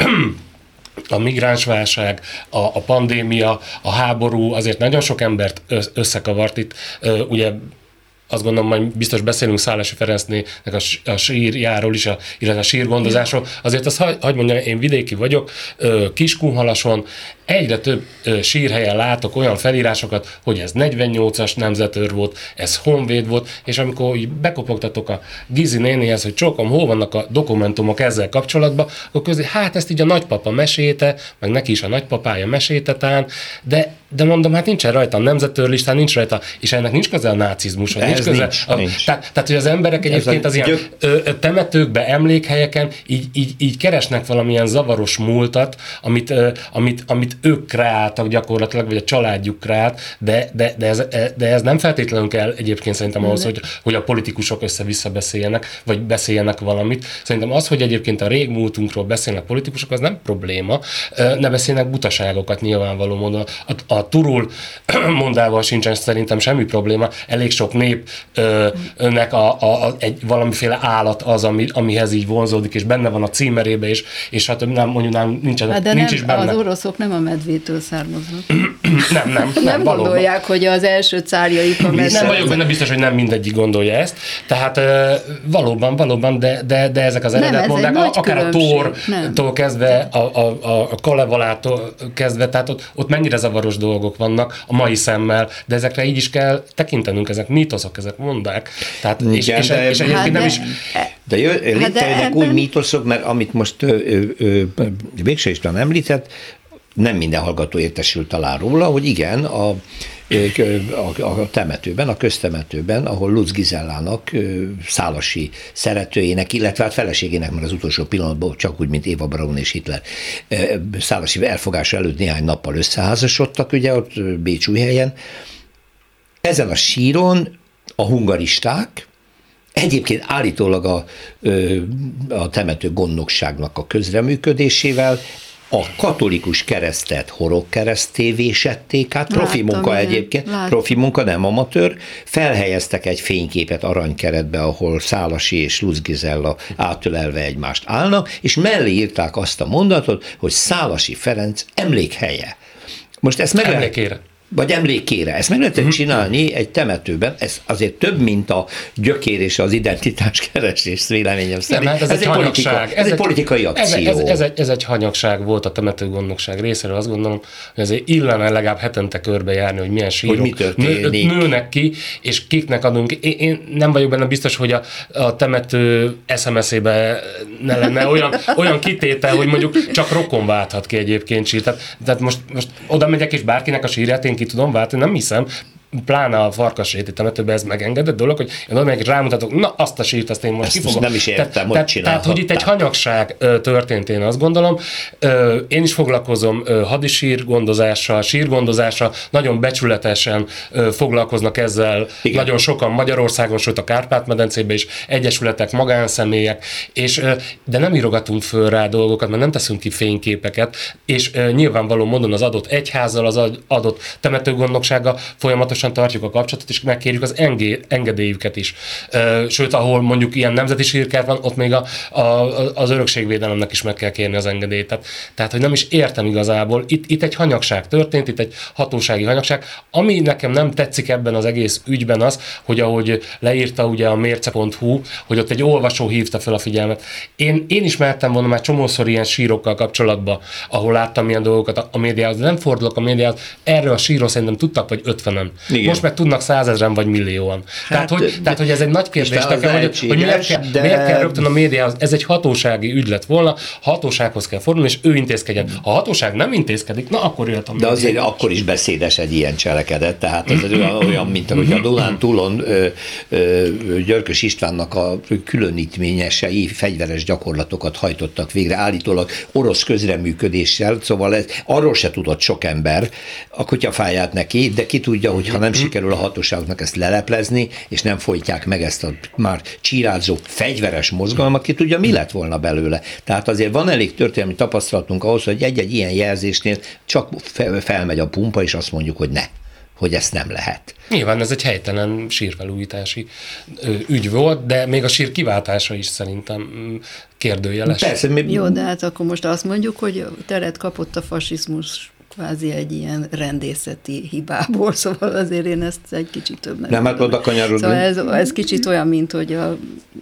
a migránsválság, a pandémia, a háború azért nagyon sok embert összekavart itt. Ugye azt gondolom, majd biztos beszélünk Szálasi Ferencnek a sírjáról is, illetve a sírgondozásról. Azért azt hagy mondjam, én vidéki vagyok, Kiskunhalason egyre több sírhelyen látok olyan felírásokat, hogy ez 48-as nemzetőr volt, ez honvéd volt, és amikor így bekopogtatok a Gizi nénihez, hogy csókom, hol vannak a dokumentumok ezzel kapcsolatban, akkor közé, hát ezt így a nagypapa mesélte, meg neki is a nagypapája mesélte tán, de mondom, hát nincsen rajta a nemzetőrlistán, nincs rajta, és ennek nincs köze a nácizmushoz, nincs köze. Nincs. Tehát, hogy az emberek egyébként az ilyen temetőkbe, emlékhelyeken így keresnek valamilyen zavaros múltat, amit ők kreáltak gyakorlatilag, vagy a családjuk kreált, de ez nem feltétlenül kell egyébként szerintem ahhoz, hogy a politikusok össze-vissza beszéljenek, vagy beszéljenek valamit. Szerintem az, hogy egyébként a régmúltunkról beszélnek politikusok, az nem probléma, ne beszélnek butaságokat nyilvánvaló módon. A turul mondával sincsen szerintem semmi probléma, elég sok népnek egy valamiféle állat az, amihez így vonzódik, és benne van a címerébe, és hát nincs is benne. Az oroszok nem a medvétől származnak. Nem gondolják, hogy az első cárjaik a medve. Nem vagyok benne biztos, hogy nem mindegyik gondolja ezt. Tehát valóban, de ezek az eredetmondák, akár a Thortól kezdve, a Kalevalától kezdve, tehát ott mennyire zavaros dolgok vannak a mai szemmel, de ezekre így is kell tekintenünk, ezek mítoszok, ezek mondák. Tehát, és egyébként nem is... De létrejönnek új mítoszok, mert amit most Végső István említett, nem minden hallgató értesült talán róla, hogy igen, a temetőben, a köztemetőben, ahol Lutz Gizellának, Szálasi szeretőjének, illetve hát feleségének, mert az utolsó pillanatban, csak úgy, mint Éva Braun és Hitler, Szálasi elfogása előtt néhány nappal összeházasodtak, ugye ott Bécsújhelyen. Ezen a síron a hungaristák, egyébként állítólag a temető gondnokságnak a közreműködésével a katolikus keresztet horogkeresztté vésették át, profi munka egyébként, profi munka, nem amatőr, felhelyeztek egy fényképet aranykeretbe, ahol Szálasi és Lutz Gizella átölelve egymást állnak, és mellé írták azt a mondatot, hogy Szálasi Ferenc emlékhelye. Most ezt emlékére. Vagy emlékére. Ezt meg lehetett csinálni egy temetőben, ez azért több, mint a gyökér és az identitás keresés véleményem szerint. Nem, hát ez egy politikai akció. Ez egy hanyagság volt a temetőgondnokság részéről. Azt gondolom, hogy azért illene legalább hetente körbejárni, hogy milyen sírok nőnek ki, és kiknek adunk. Én nem vagyok benne biztos, hogy a temető SMS-ébe ne lenne olyan kitétel, hogy mondjuk csak rokon válthat ki egyébként sír. Tehát most oda megyek, és bárkinek a sírját én ki tudom váltani, nem hiszem, pláne a Farkasréti temetőben ez megengedett dolog, hogy én oda megyek, és rámutatok, na azt a sírt, azt én most kifogom. Nem is értem, hogy csinálhatták. Tehát, hogy itt egy hanyagság történt, én azt gondolom. Én is foglalkozom sírgondozással, nagyon becsületesen foglalkoznak ezzel. Igen. Nagyon sokan Magyarországon, sőt a Kárpát-medencében is, egyesületek, magánszemélyek, de nem írogatunk föl rá dolgokat, mert nem teszünk ki fényképeket, és nyilvánvaló módon az adott egyházzal, az adott temetőgondnoksággal folyamatosan folyamatosan tartjuk a kapcsolatot, és megkérjük az engedélyüket is. Sőt, ahol mondjuk ilyen nemzeti sírkert van, ott még az örökségvédelemnek is meg kell kérni az engedélyt. Tehát, hogy nem is értem igazából. Itt egy hanyagság történt, itt egy hatósági hanyagság. Ami nekem nem tetszik ebben az egész ügyben az, hogy ahogy leírta ugye a mérce.hu, hogy ott egy olvasó hívta fel a figyelmet. Én is mertem volna már csomószor ilyen sírokkal kapcsolatba, ahol láttam ilyen dolgokat a médiához, de nem fordulok a médiához. Erről a sírról szerintem tudtak vagy 50-en. Igen. Most meg tudnak 100 000-en vagy millióan. Tehát, hogy ez egy nagy kérdés nekem, hogy miért kell rögtön a médiához. Ez egy hatósági ügy lett volna, hatósághoz kell fordulni, és ő intézkedjen. Ha a hatóság nem intézkedik, na akkor jöhet a média. De azért akkor is beszédes egy ilyen cselekedet, tehát ez olyan, mint ahogy a Dunántúlon Györkös Istvánnak a különítményesei fegyveres gyakorlatokat hajtottak végre, állítólag orosz közreműködéssel, szóval arról se tudott sok ember a kutyafáját neki, de ki tudja, hogy ha nem sikerül a hatóságoknak ezt leleplezni, és nem folytják meg ezt a már csírázó fegyveres mozgalmat, ki tudja, mi lett volna belőle. Tehát azért van elég történelmi tapasztalatunk ahhoz, hogy egy-egy ilyen jelzésnél csak felmegy a pumpa, és azt mondjuk, hogy hogy ezt nem lehet. Nyilván ez egy helytelen sírfelújítási ügy volt, de még a sír kiváltása is szerintem kérdőjeles. Persze. Jó, de hát akkor most azt mondjuk, hogy teret kapott a fasizmus kvázi egy ilyen rendészeti hibából, szóval azért én ezt egy kicsit többnek. Nem, hát oda kanyarodni. Szóval ez kicsit olyan, mint hogy a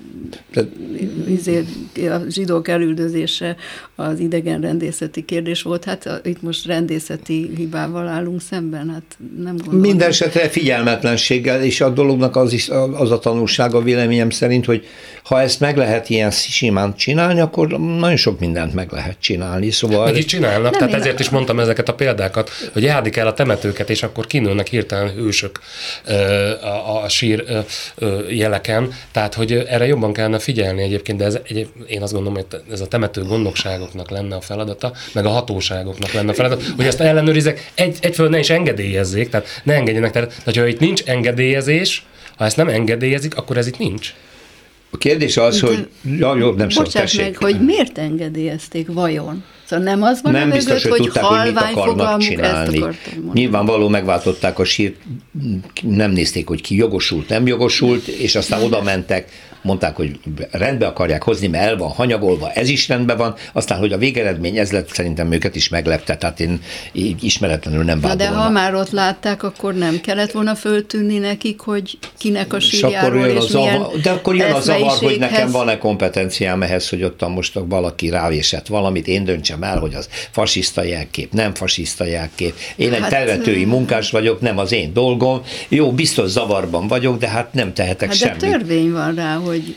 zsidók elüldözése az idegen rendészeti kérdés volt, hát itt most rendészeti hibával állunk szemben, hát nem gondolom. Minden esetre figyelmetlenséggel, és a dolognak az a tanulsága véleményem szerint, hogy ha ezt meg lehet ilyen simán csinálni, akkor nagyon sok mindent meg lehet csinálni. Szóval meg is csinálnak, tehát ezért is mondtam ezeket a példákat, hogy járni kell a temetőket, és akkor kinőnek hirtelen hősök a sír jeleken, tehát hogy erre jobban kellene figyelni egyébként, de én azt gondolom, hogy ez a temető gondnokságoknak lenne a feladata, meg a hatóságoknak lenne a feladata, hogy ezt ellenőrizzek, egyfelől ne is engedélyezzék, tehát ne engedjenek, tehát ha itt nincs engedélyezés, ha ezt nem engedélyezik, akkor ez itt nincs. A kérdés az, hogy jó, nem szó, tessék. Meg, hogy miért engedélyezték vajon? Szóval nem az van nem biztos, hogy tudták, hogy mit akarnak csinálni. Nyilvánvaló megváltották a sírt, nem nézték, hogy ki jogosult, nem jogosult, és aztán oda mentek, mondták, hogy rendbe akarják hozni, mert el van hanyagolva, ez is rendben van, aztán, hogy a végeredmény ez lett, szerintem őket is meglepte, tehát én ismeretlenül nem vádolom. De ha már ott látták, akkor nem kellett volna föltűnni nekik, hogy kinek a sírjáról és milyen de akkor jön a zavar, hogy nekem van-e kompetenciám ehhez, hogy ott most valaki rávésett valamit, én döntsem el, hogy az fasiszta jelkép, nem fasiszta jelkép. Én egy tervetői munkás vagyok, nem az én dolgom. Jó, biztos zavarban vagyok, de hát nem tehetek semmit. De törvény van rá, hogy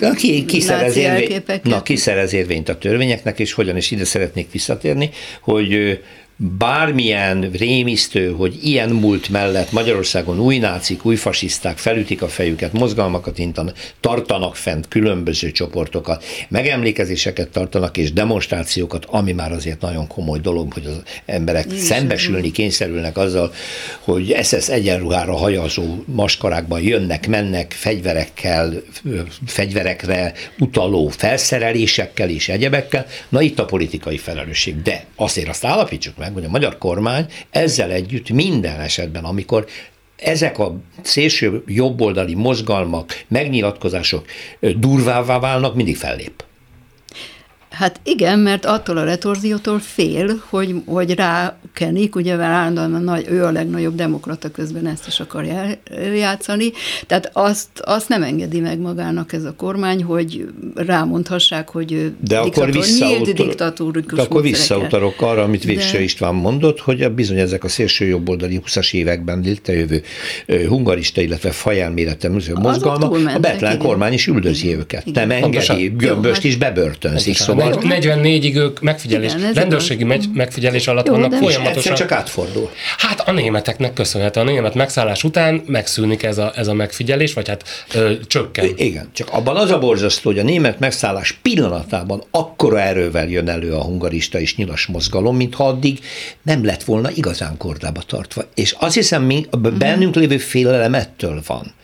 ki szerez érvényt a törvényeknek, és hogyan is ide szeretnék visszatérni, hogy bármilyen rémisztő, hogy ilyen múlt mellett Magyarországon új nácik, új fasiszták felütik a fejüket, mozgalmakat tartanak fent, különböző csoportokat, megemlékezéseket tartanak és demonstrációkat, ami már azért nagyon komoly dolog, hogy az emberek szembesülni kényszerülnek azzal, hogy SS egyenruhára hajazó maskarákban jönnek, mennek fegyverekre utaló felszerelésekkel és egyebekkel. Na itt a politikai felelősség. De azért azt állapítsuk meg, hogy a magyar kormány ezzel együtt minden esetben, amikor ezek a szélső jobboldali mozgalmak, megnyilatkozások durvává válnak, mindig fellép. Hát igen, mert attól a retorziótól fél, hogy rákenik, ugye állandóan ő a legnagyobb demokrata, közben ezt is akarja játszani, tehát azt nem engedi meg magának ez a kormány, hogy rámondhassák, hogy diktatórikus. De akkor visszautalok arra, amit Végső István mondott, hogy bizony ezek a szélső jobboldali 20-as években létrejövő hungarista, illetve fajelmélete mozgalmak, a Betlen kormány is üldözi őket. Igen. Nem engedi, Gömböst is bebörtönzik. Szóval 44-ig ők rendőrségi megfigyelés alatt vannak folyamatosan. Egyszer csak átfordul. Hát a németeknek köszönhetően, a német megszállás után megszűnik ez a megfigyelés, vagy hát csökken. Igen, csak abban az a borzasztó, hogy a német megszállás pillanatában akkora erővel jön elő a hungarista és nyilas mozgalom, mintha addig nem lett volna igazán kordába tartva. És azt hiszem, bennünk lévő félelem ettől van.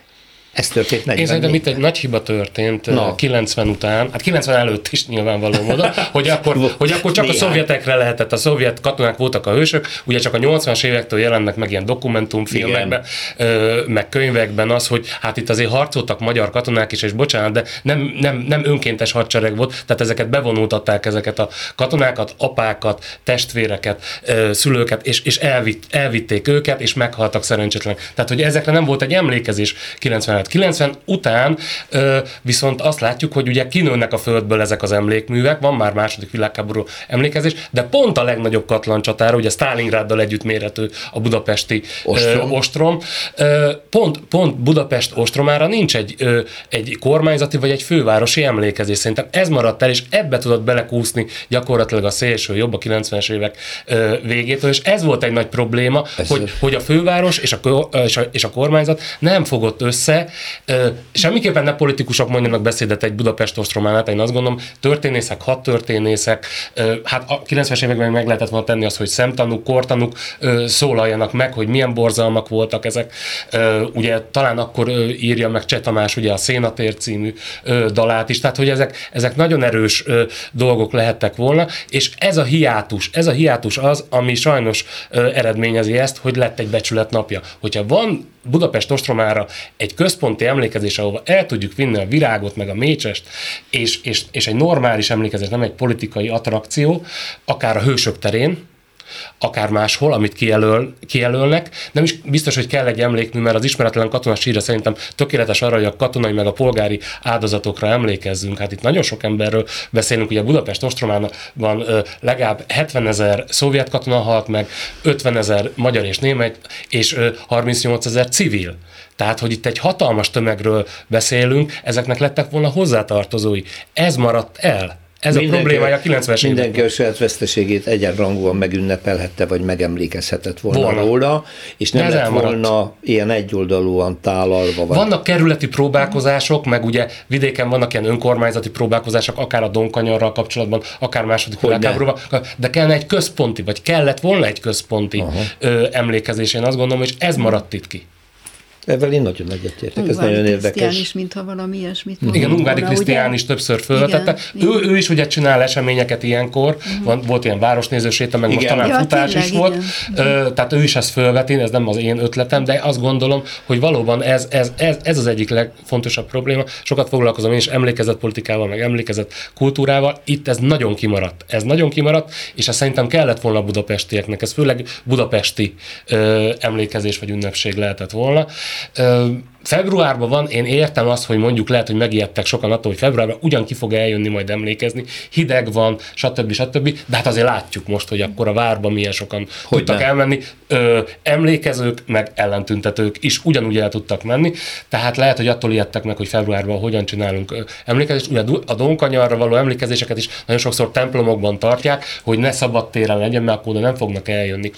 Ez történt 40. Én szerintem itt egy nagy hiba történt 90 után, hát 90 előtt is nyilvánvaló módon, hogy akkor csak a szovjetekre lehetett, a szovjet katonák voltak a hősök, ugye csak a 80-as évektől jelennek meg ilyen dokumentumfilmekben, meg könyvekben az, hogy hát itt azért harcoltak magyar katonák is, és bocsánat, de nem önkéntes hadsereg volt, tehát ezeket bevonultatták, ezeket a katonákat, apákat, testvéreket, szülőket, és elvitték őket, és meghaltak szerencsétlenek. Tehát, hogy ezekre nem volt egy emlékezés 90 után viszont azt látjuk, hogy ugye kinőnek a földből ezek az emlékművek, van már második világháború emlékezés, de pont a legnagyobb katlancsatára, ugye Sztálingráddal együtt mérhető a budapesti ostrom. Pont Budapest ostromára nincs egy kormányzati vagy egy fővárosi emlékezés. Szerintem ez maradt el, és ebbe tudott belekúszni gyakorlatilag a szélső jobb a 90-es évek végétől, és ez volt egy nagy probléma, hogy a főváros és a kormányzat nem fogott össze, semmiképpen ne politikusok mondjanak beszédet egy Budapest ostrománál, én azt gondolom, történészek, hadtörténészek, hát a 90-es években meg lehetett volna tenni azt, hogy szemtanúk, kortanúk szólaljanak meg, hogy milyen borzalmak voltak ezek. Ugye talán akkor írja meg Cseh Tamás ugye a Szénatér című dalát is, tehát hogy ezek nagyon erős dolgok lehettek volna, és ez a hiátus az, ami sajnos eredményezi ezt, hogy lett egy becsület napja. Hogyha van Budapest ostromára egy központi emlékezés, ahova el tudjuk vinni a virágot, meg a mécsest, és egy normális emlékezés, nem egy politikai attrakció, akár a Hősök terén, akár máshol, amit kijelölnek. Nem is biztos, hogy kell egy emlékmű, mert az ismeretlen katona sírja szerintem tökéletes arra, hogy a katonai meg a polgári áldozatokra emlékezzünk. Hát itt nagyon sok emberről beszélünk, ugye Budapest ostromán van legalább 70 000 szovjet katona halt meg, 50 000 magyar és német, és 38 000 civil. Tehát, hogy itt egy hatalmas tömegről beszélünk, ezeknek lettek volna hozzátartozói. Ez maradt el. Ez a problémája a 90-es években. Mindenki a saját veszteségét egyenrangúan megünnepelhette, vagy megemlékezhetett volna róla, és nem lett volna ilyen egyoldalúan tálalva. Vannak kerületi próbálkozások, meg ugye vidéken vannak ilyen önkormányzati próbálkozások, akár a Donkanyarral kapcsolatban, akár második világháborúban, de kellene egy központi, vagy kellett volna egy központi emlékezés, én azt gondolom, és ez maradt itt ki. Ezzel én nagyon egyetértek, ez nagyon érdekes. Krisztián is, mintha valami ilyesmit mondott. Igen, Ungvári Krisztián is többször fölvetette. Ő is ugye csinál eseményeket ilyenkor, volt ilyen városnéző séta, meg most talán futás is volt, tehát ő is ezt fölveti, ez nem az én ötletem, de azt gondolom, hogy valóban ez az egyik legfontosabb probléma. Sokat foglalkozom én is emlékezetpolitikával, meg emlékezet kultúrával, itt ez nagyon kimaradt, és ez szerintem kellett volna a budapestieknek, ez főleg budapesti emlékezés vagy ünnepség lehetett volna. Februárban van, én értem azt, hogy mondjuk lehet, hogy megijedtek sokan attól, hogy februárban ugyan ki fog eljönni majd emlékezni, hideg van, stb. De hát azért látjuk most, hogy akkor a várban milyen sokan tudtak elmenni. Emlékezők, meg ellentüntetők is ugyanúgy el tudtak menni, tehát lehet, hogy attól ijedtek meg, hogy februárban hogyan csinálunk emlékezést. Ugye a Donkanyarra való emlékezéseket is nagyon sokszor templomokban tartják, hogy ne szabadtéren legyen, mert akkor nem fognak eljönni.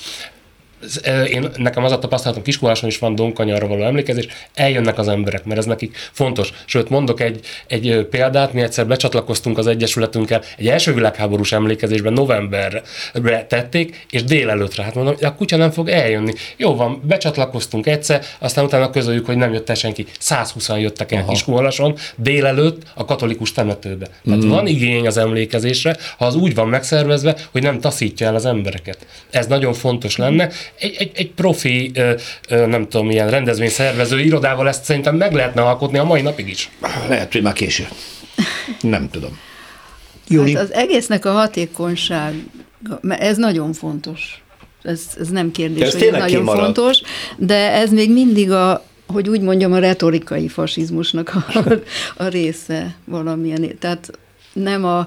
Nekem az a tapasztalatom, Kiskoláson is van Donkanyarra való emlékezés, eljönnek az emberek, mert ez nekik fontos. Sőt, mondok egy példát, mi egyszer becsatlakoztunk az Egyesületünkkel, egy első világháborús emlékezésben novemberre tették, és délelőttre, hát mondom, a kutya nem fog eljönni. Jó van, becsatlakoztunk egyszer, aztán utána közöljük, hogy nem jött el senki. 120-an jöttek el Kiskolason délelőtt a katolikus temetőbe. Tehát van igény az emlékezésre, ha az úgy van megszervezve, hogy nem taszítja el az embereket. Ez nagyon fontos lenne. Egy profi, nem tudom, ilyen rendezvényszervező irodával ezt szerintem meg lehetne alkotni a mai napig is. Lehet, hogy már késő. Nem tudom. Hát az egésznek a hatékonyság, ez nagyon fontos. Ez nem kérdés, hogy ez nagyon fontos, de ez még mindig hogy úgy mondjam, a retorikai fasizmusnak a része valamilyen. Tehát nem a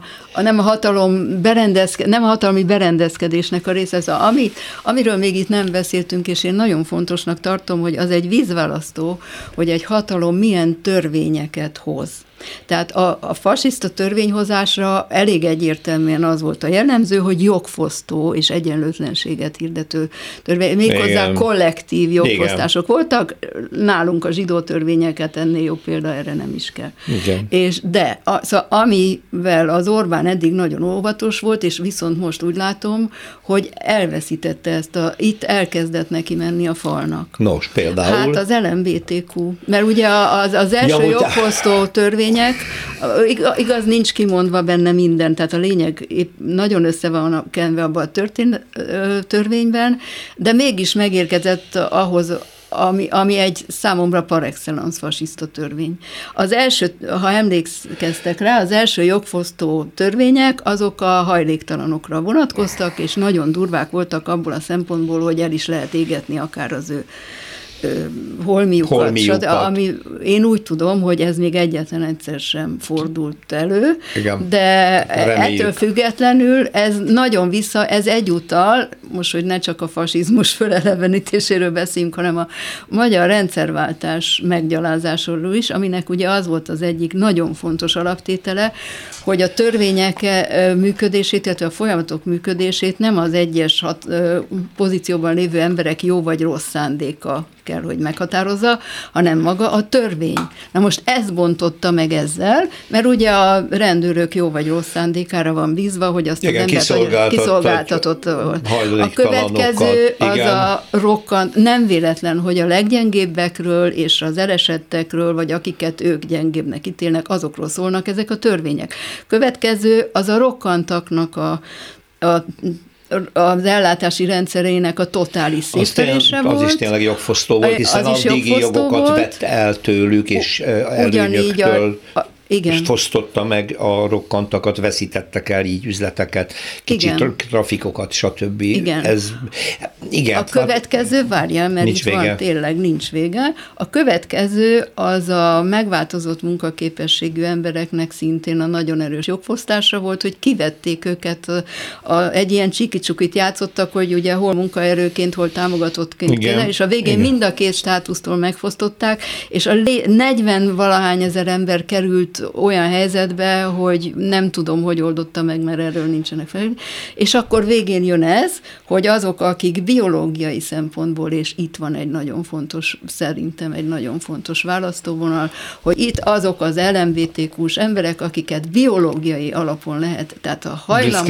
hatalmi berendezkedésnek a része. Ez amiről még itt nem beszéltünk, és én nagyon fontosnak tartom, hogy az egy vízválasztó, hogy egy hatalom milyen törvényeket hoz. Tehát a fasiszta törvényhozásra elég egyértelműen az volt a jellemző, hogy jogfosztó és egyenlőtlenséget hirdető törvény, méghozzá kollektív jogfosztások voltak. Nálunk a zsidó törvényeket ennél jobb példa erre nem is kell. Igen. Szóval ami amivel az Orbán eddig nagyon óvatos volt, és viszont most úgy látom, hogy elveszítette itt elkezdett neki menni a falnak. Nos, például? Hát az LMBTQ, mert ugye az első jogfosztó törvények, igaz, nincs kimondva benne minden, tehát a lényeg épp nagyon össze van kenve abban a törvényben, de mégis megérkezett ahhoz, ami egy számomra par excellence fasiszta törvény. Az első, ha emlékeztek rá, az első jogfosztó törvények, azok a hajléktalanokra vonatkoztak, és nagyon durvák voltak abból a szempontból, hogy el is lehet égetni akár az ő holmiukat. Ami én úgy tudom, hogy ez még egyetlen egyszer sem fordult elő, igen, de reméljük. Ettől függetlenül ez nagyon ez egyúttal, most, hogy ne csak a fasizmus fölelevenítéséről beszéljünk, hanem a magyar rendszerváltás meggyalázásáról is, aminek ugye az volt az egyik nagyon fontos alaptétele, hogy a törvények működését, illetve a folyamatok működését nem az egyes pozícióban lévő emberek jó vagy rossz szándéka kell, hogy meghatározza, hanem maga a törvény. Na most ezt bontotta meg ezzel, mert ugye a rendőrök jó vagy rossz szándékára van bízva, hogy azt az embert kiszolgáltatott. A következő az a rokkant, nem véletlen, hogy a leggyengébbekről és az elesettekről, vagy akiket ők gyengébbnek ítélnek, azokról szólnak ezek a törvények. Következő az a rokkantaknak az ellátási rendszerének a totális széttörése volt. Az is tényleg jogfosztó volt, hiszen addigi jogokat vett el tőlük, és előnyöktől és fosztotta meg a rokkantakat, veszítettek el így üzleteket, kicsit trafikokat, stb. Igen. A következő, várjál, mert itt van, tényleg nincs vége. A következő az a megváltozott munkaképességű embereknek szintén a nagyon erős jogfosztása volt, hogy kivették őket, egy ilyen csiki-csukit játszottak, hogy ugye hol munkaerőként, hol támogatottként kéne, és a végén mind a két státusztól megfosztották, és a 40-valahány ezer ember került olyan helyzetbe, hogy nem tudom, hogy oldotta meg, mert erről nincsenek fel. És akkor végén jön ez, hogy azok, akik biológiai szempontból, és itt van egy nagyon fontos, szerintem egy nagyon fontos választóvonal, hogy itt azok az LMBTQ-s emberek, akiket biológiai alapon lehet, tehát a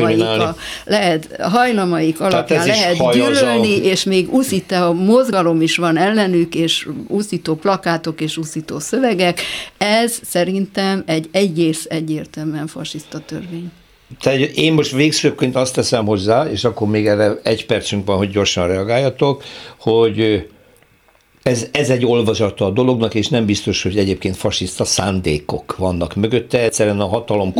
hajlamaik alapján lehet gyűlölni, és még uszító mozgalom is van ellenük, és uszító plakátok, és uszító szövegek. Ez szerintem egy egész egyértelműen fasiszta törvény. Tehát én most végsőként azt teszem hozzá, és akkor még erre egy percünk van, hogy gyorsan reagáljatok, hogy ez egy olvasata a dolognak, és nem biztos, hogy egyébként fasiszta szándékok vannak mögötte. Egyszerűen a hatalom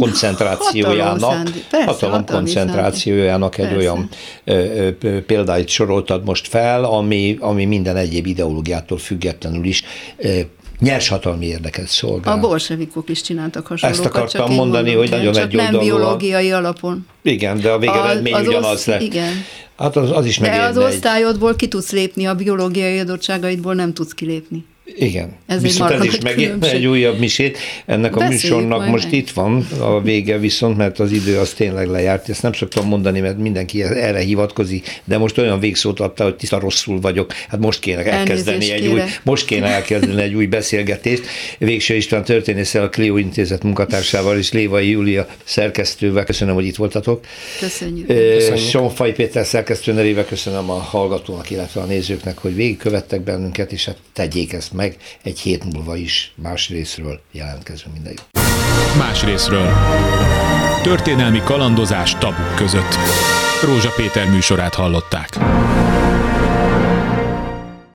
koncentrációjának egy olyan példáit soroltad most fel, ami minden egyéb ideológiától függetlenül is nyers hatalmi érdeket szolgál. A bolsevikok is csináltak hasonlókat. Ezt akartam mondani, hogy nagyon egy nem biológiai alapon. Igen, de a végeredmény ugyanaz lett. Igen. Hát az is megérne. De az osztályodból ki tudsz lépni, a biológiai adottságaidból nem tudsz kilépni. Igen. Viszont ez is megérne egy újabb misét. Ennek a műsornak most itt van a vége viszont, mert az idő az tényleg lejárt. Ezt nem szoktam mondani, mert mindenki erre hivatkozik, de most olyan végszót adta, hogy tiszta rosszul vagyok. Hát most kéne elkezdeni egy új beszélgetést. Végső István történésszel, a Clio Intézet munkatársával és Lévai Júlia szerkesztővel. Köszönöm, hogy itt voltatok. Köszönjük. Sonfai Péter szerkesztő nevével köszönöm a hallgatónak, illetve a nézőknek, hogy végigkövettek bennünket, és hát tegyék ezt meg. Egy hét múlva is más részről jelentkezünk. Minden jó. Más részről. Történelmi kalandozás tabuk között. Rózsa Péter műsorát hallották.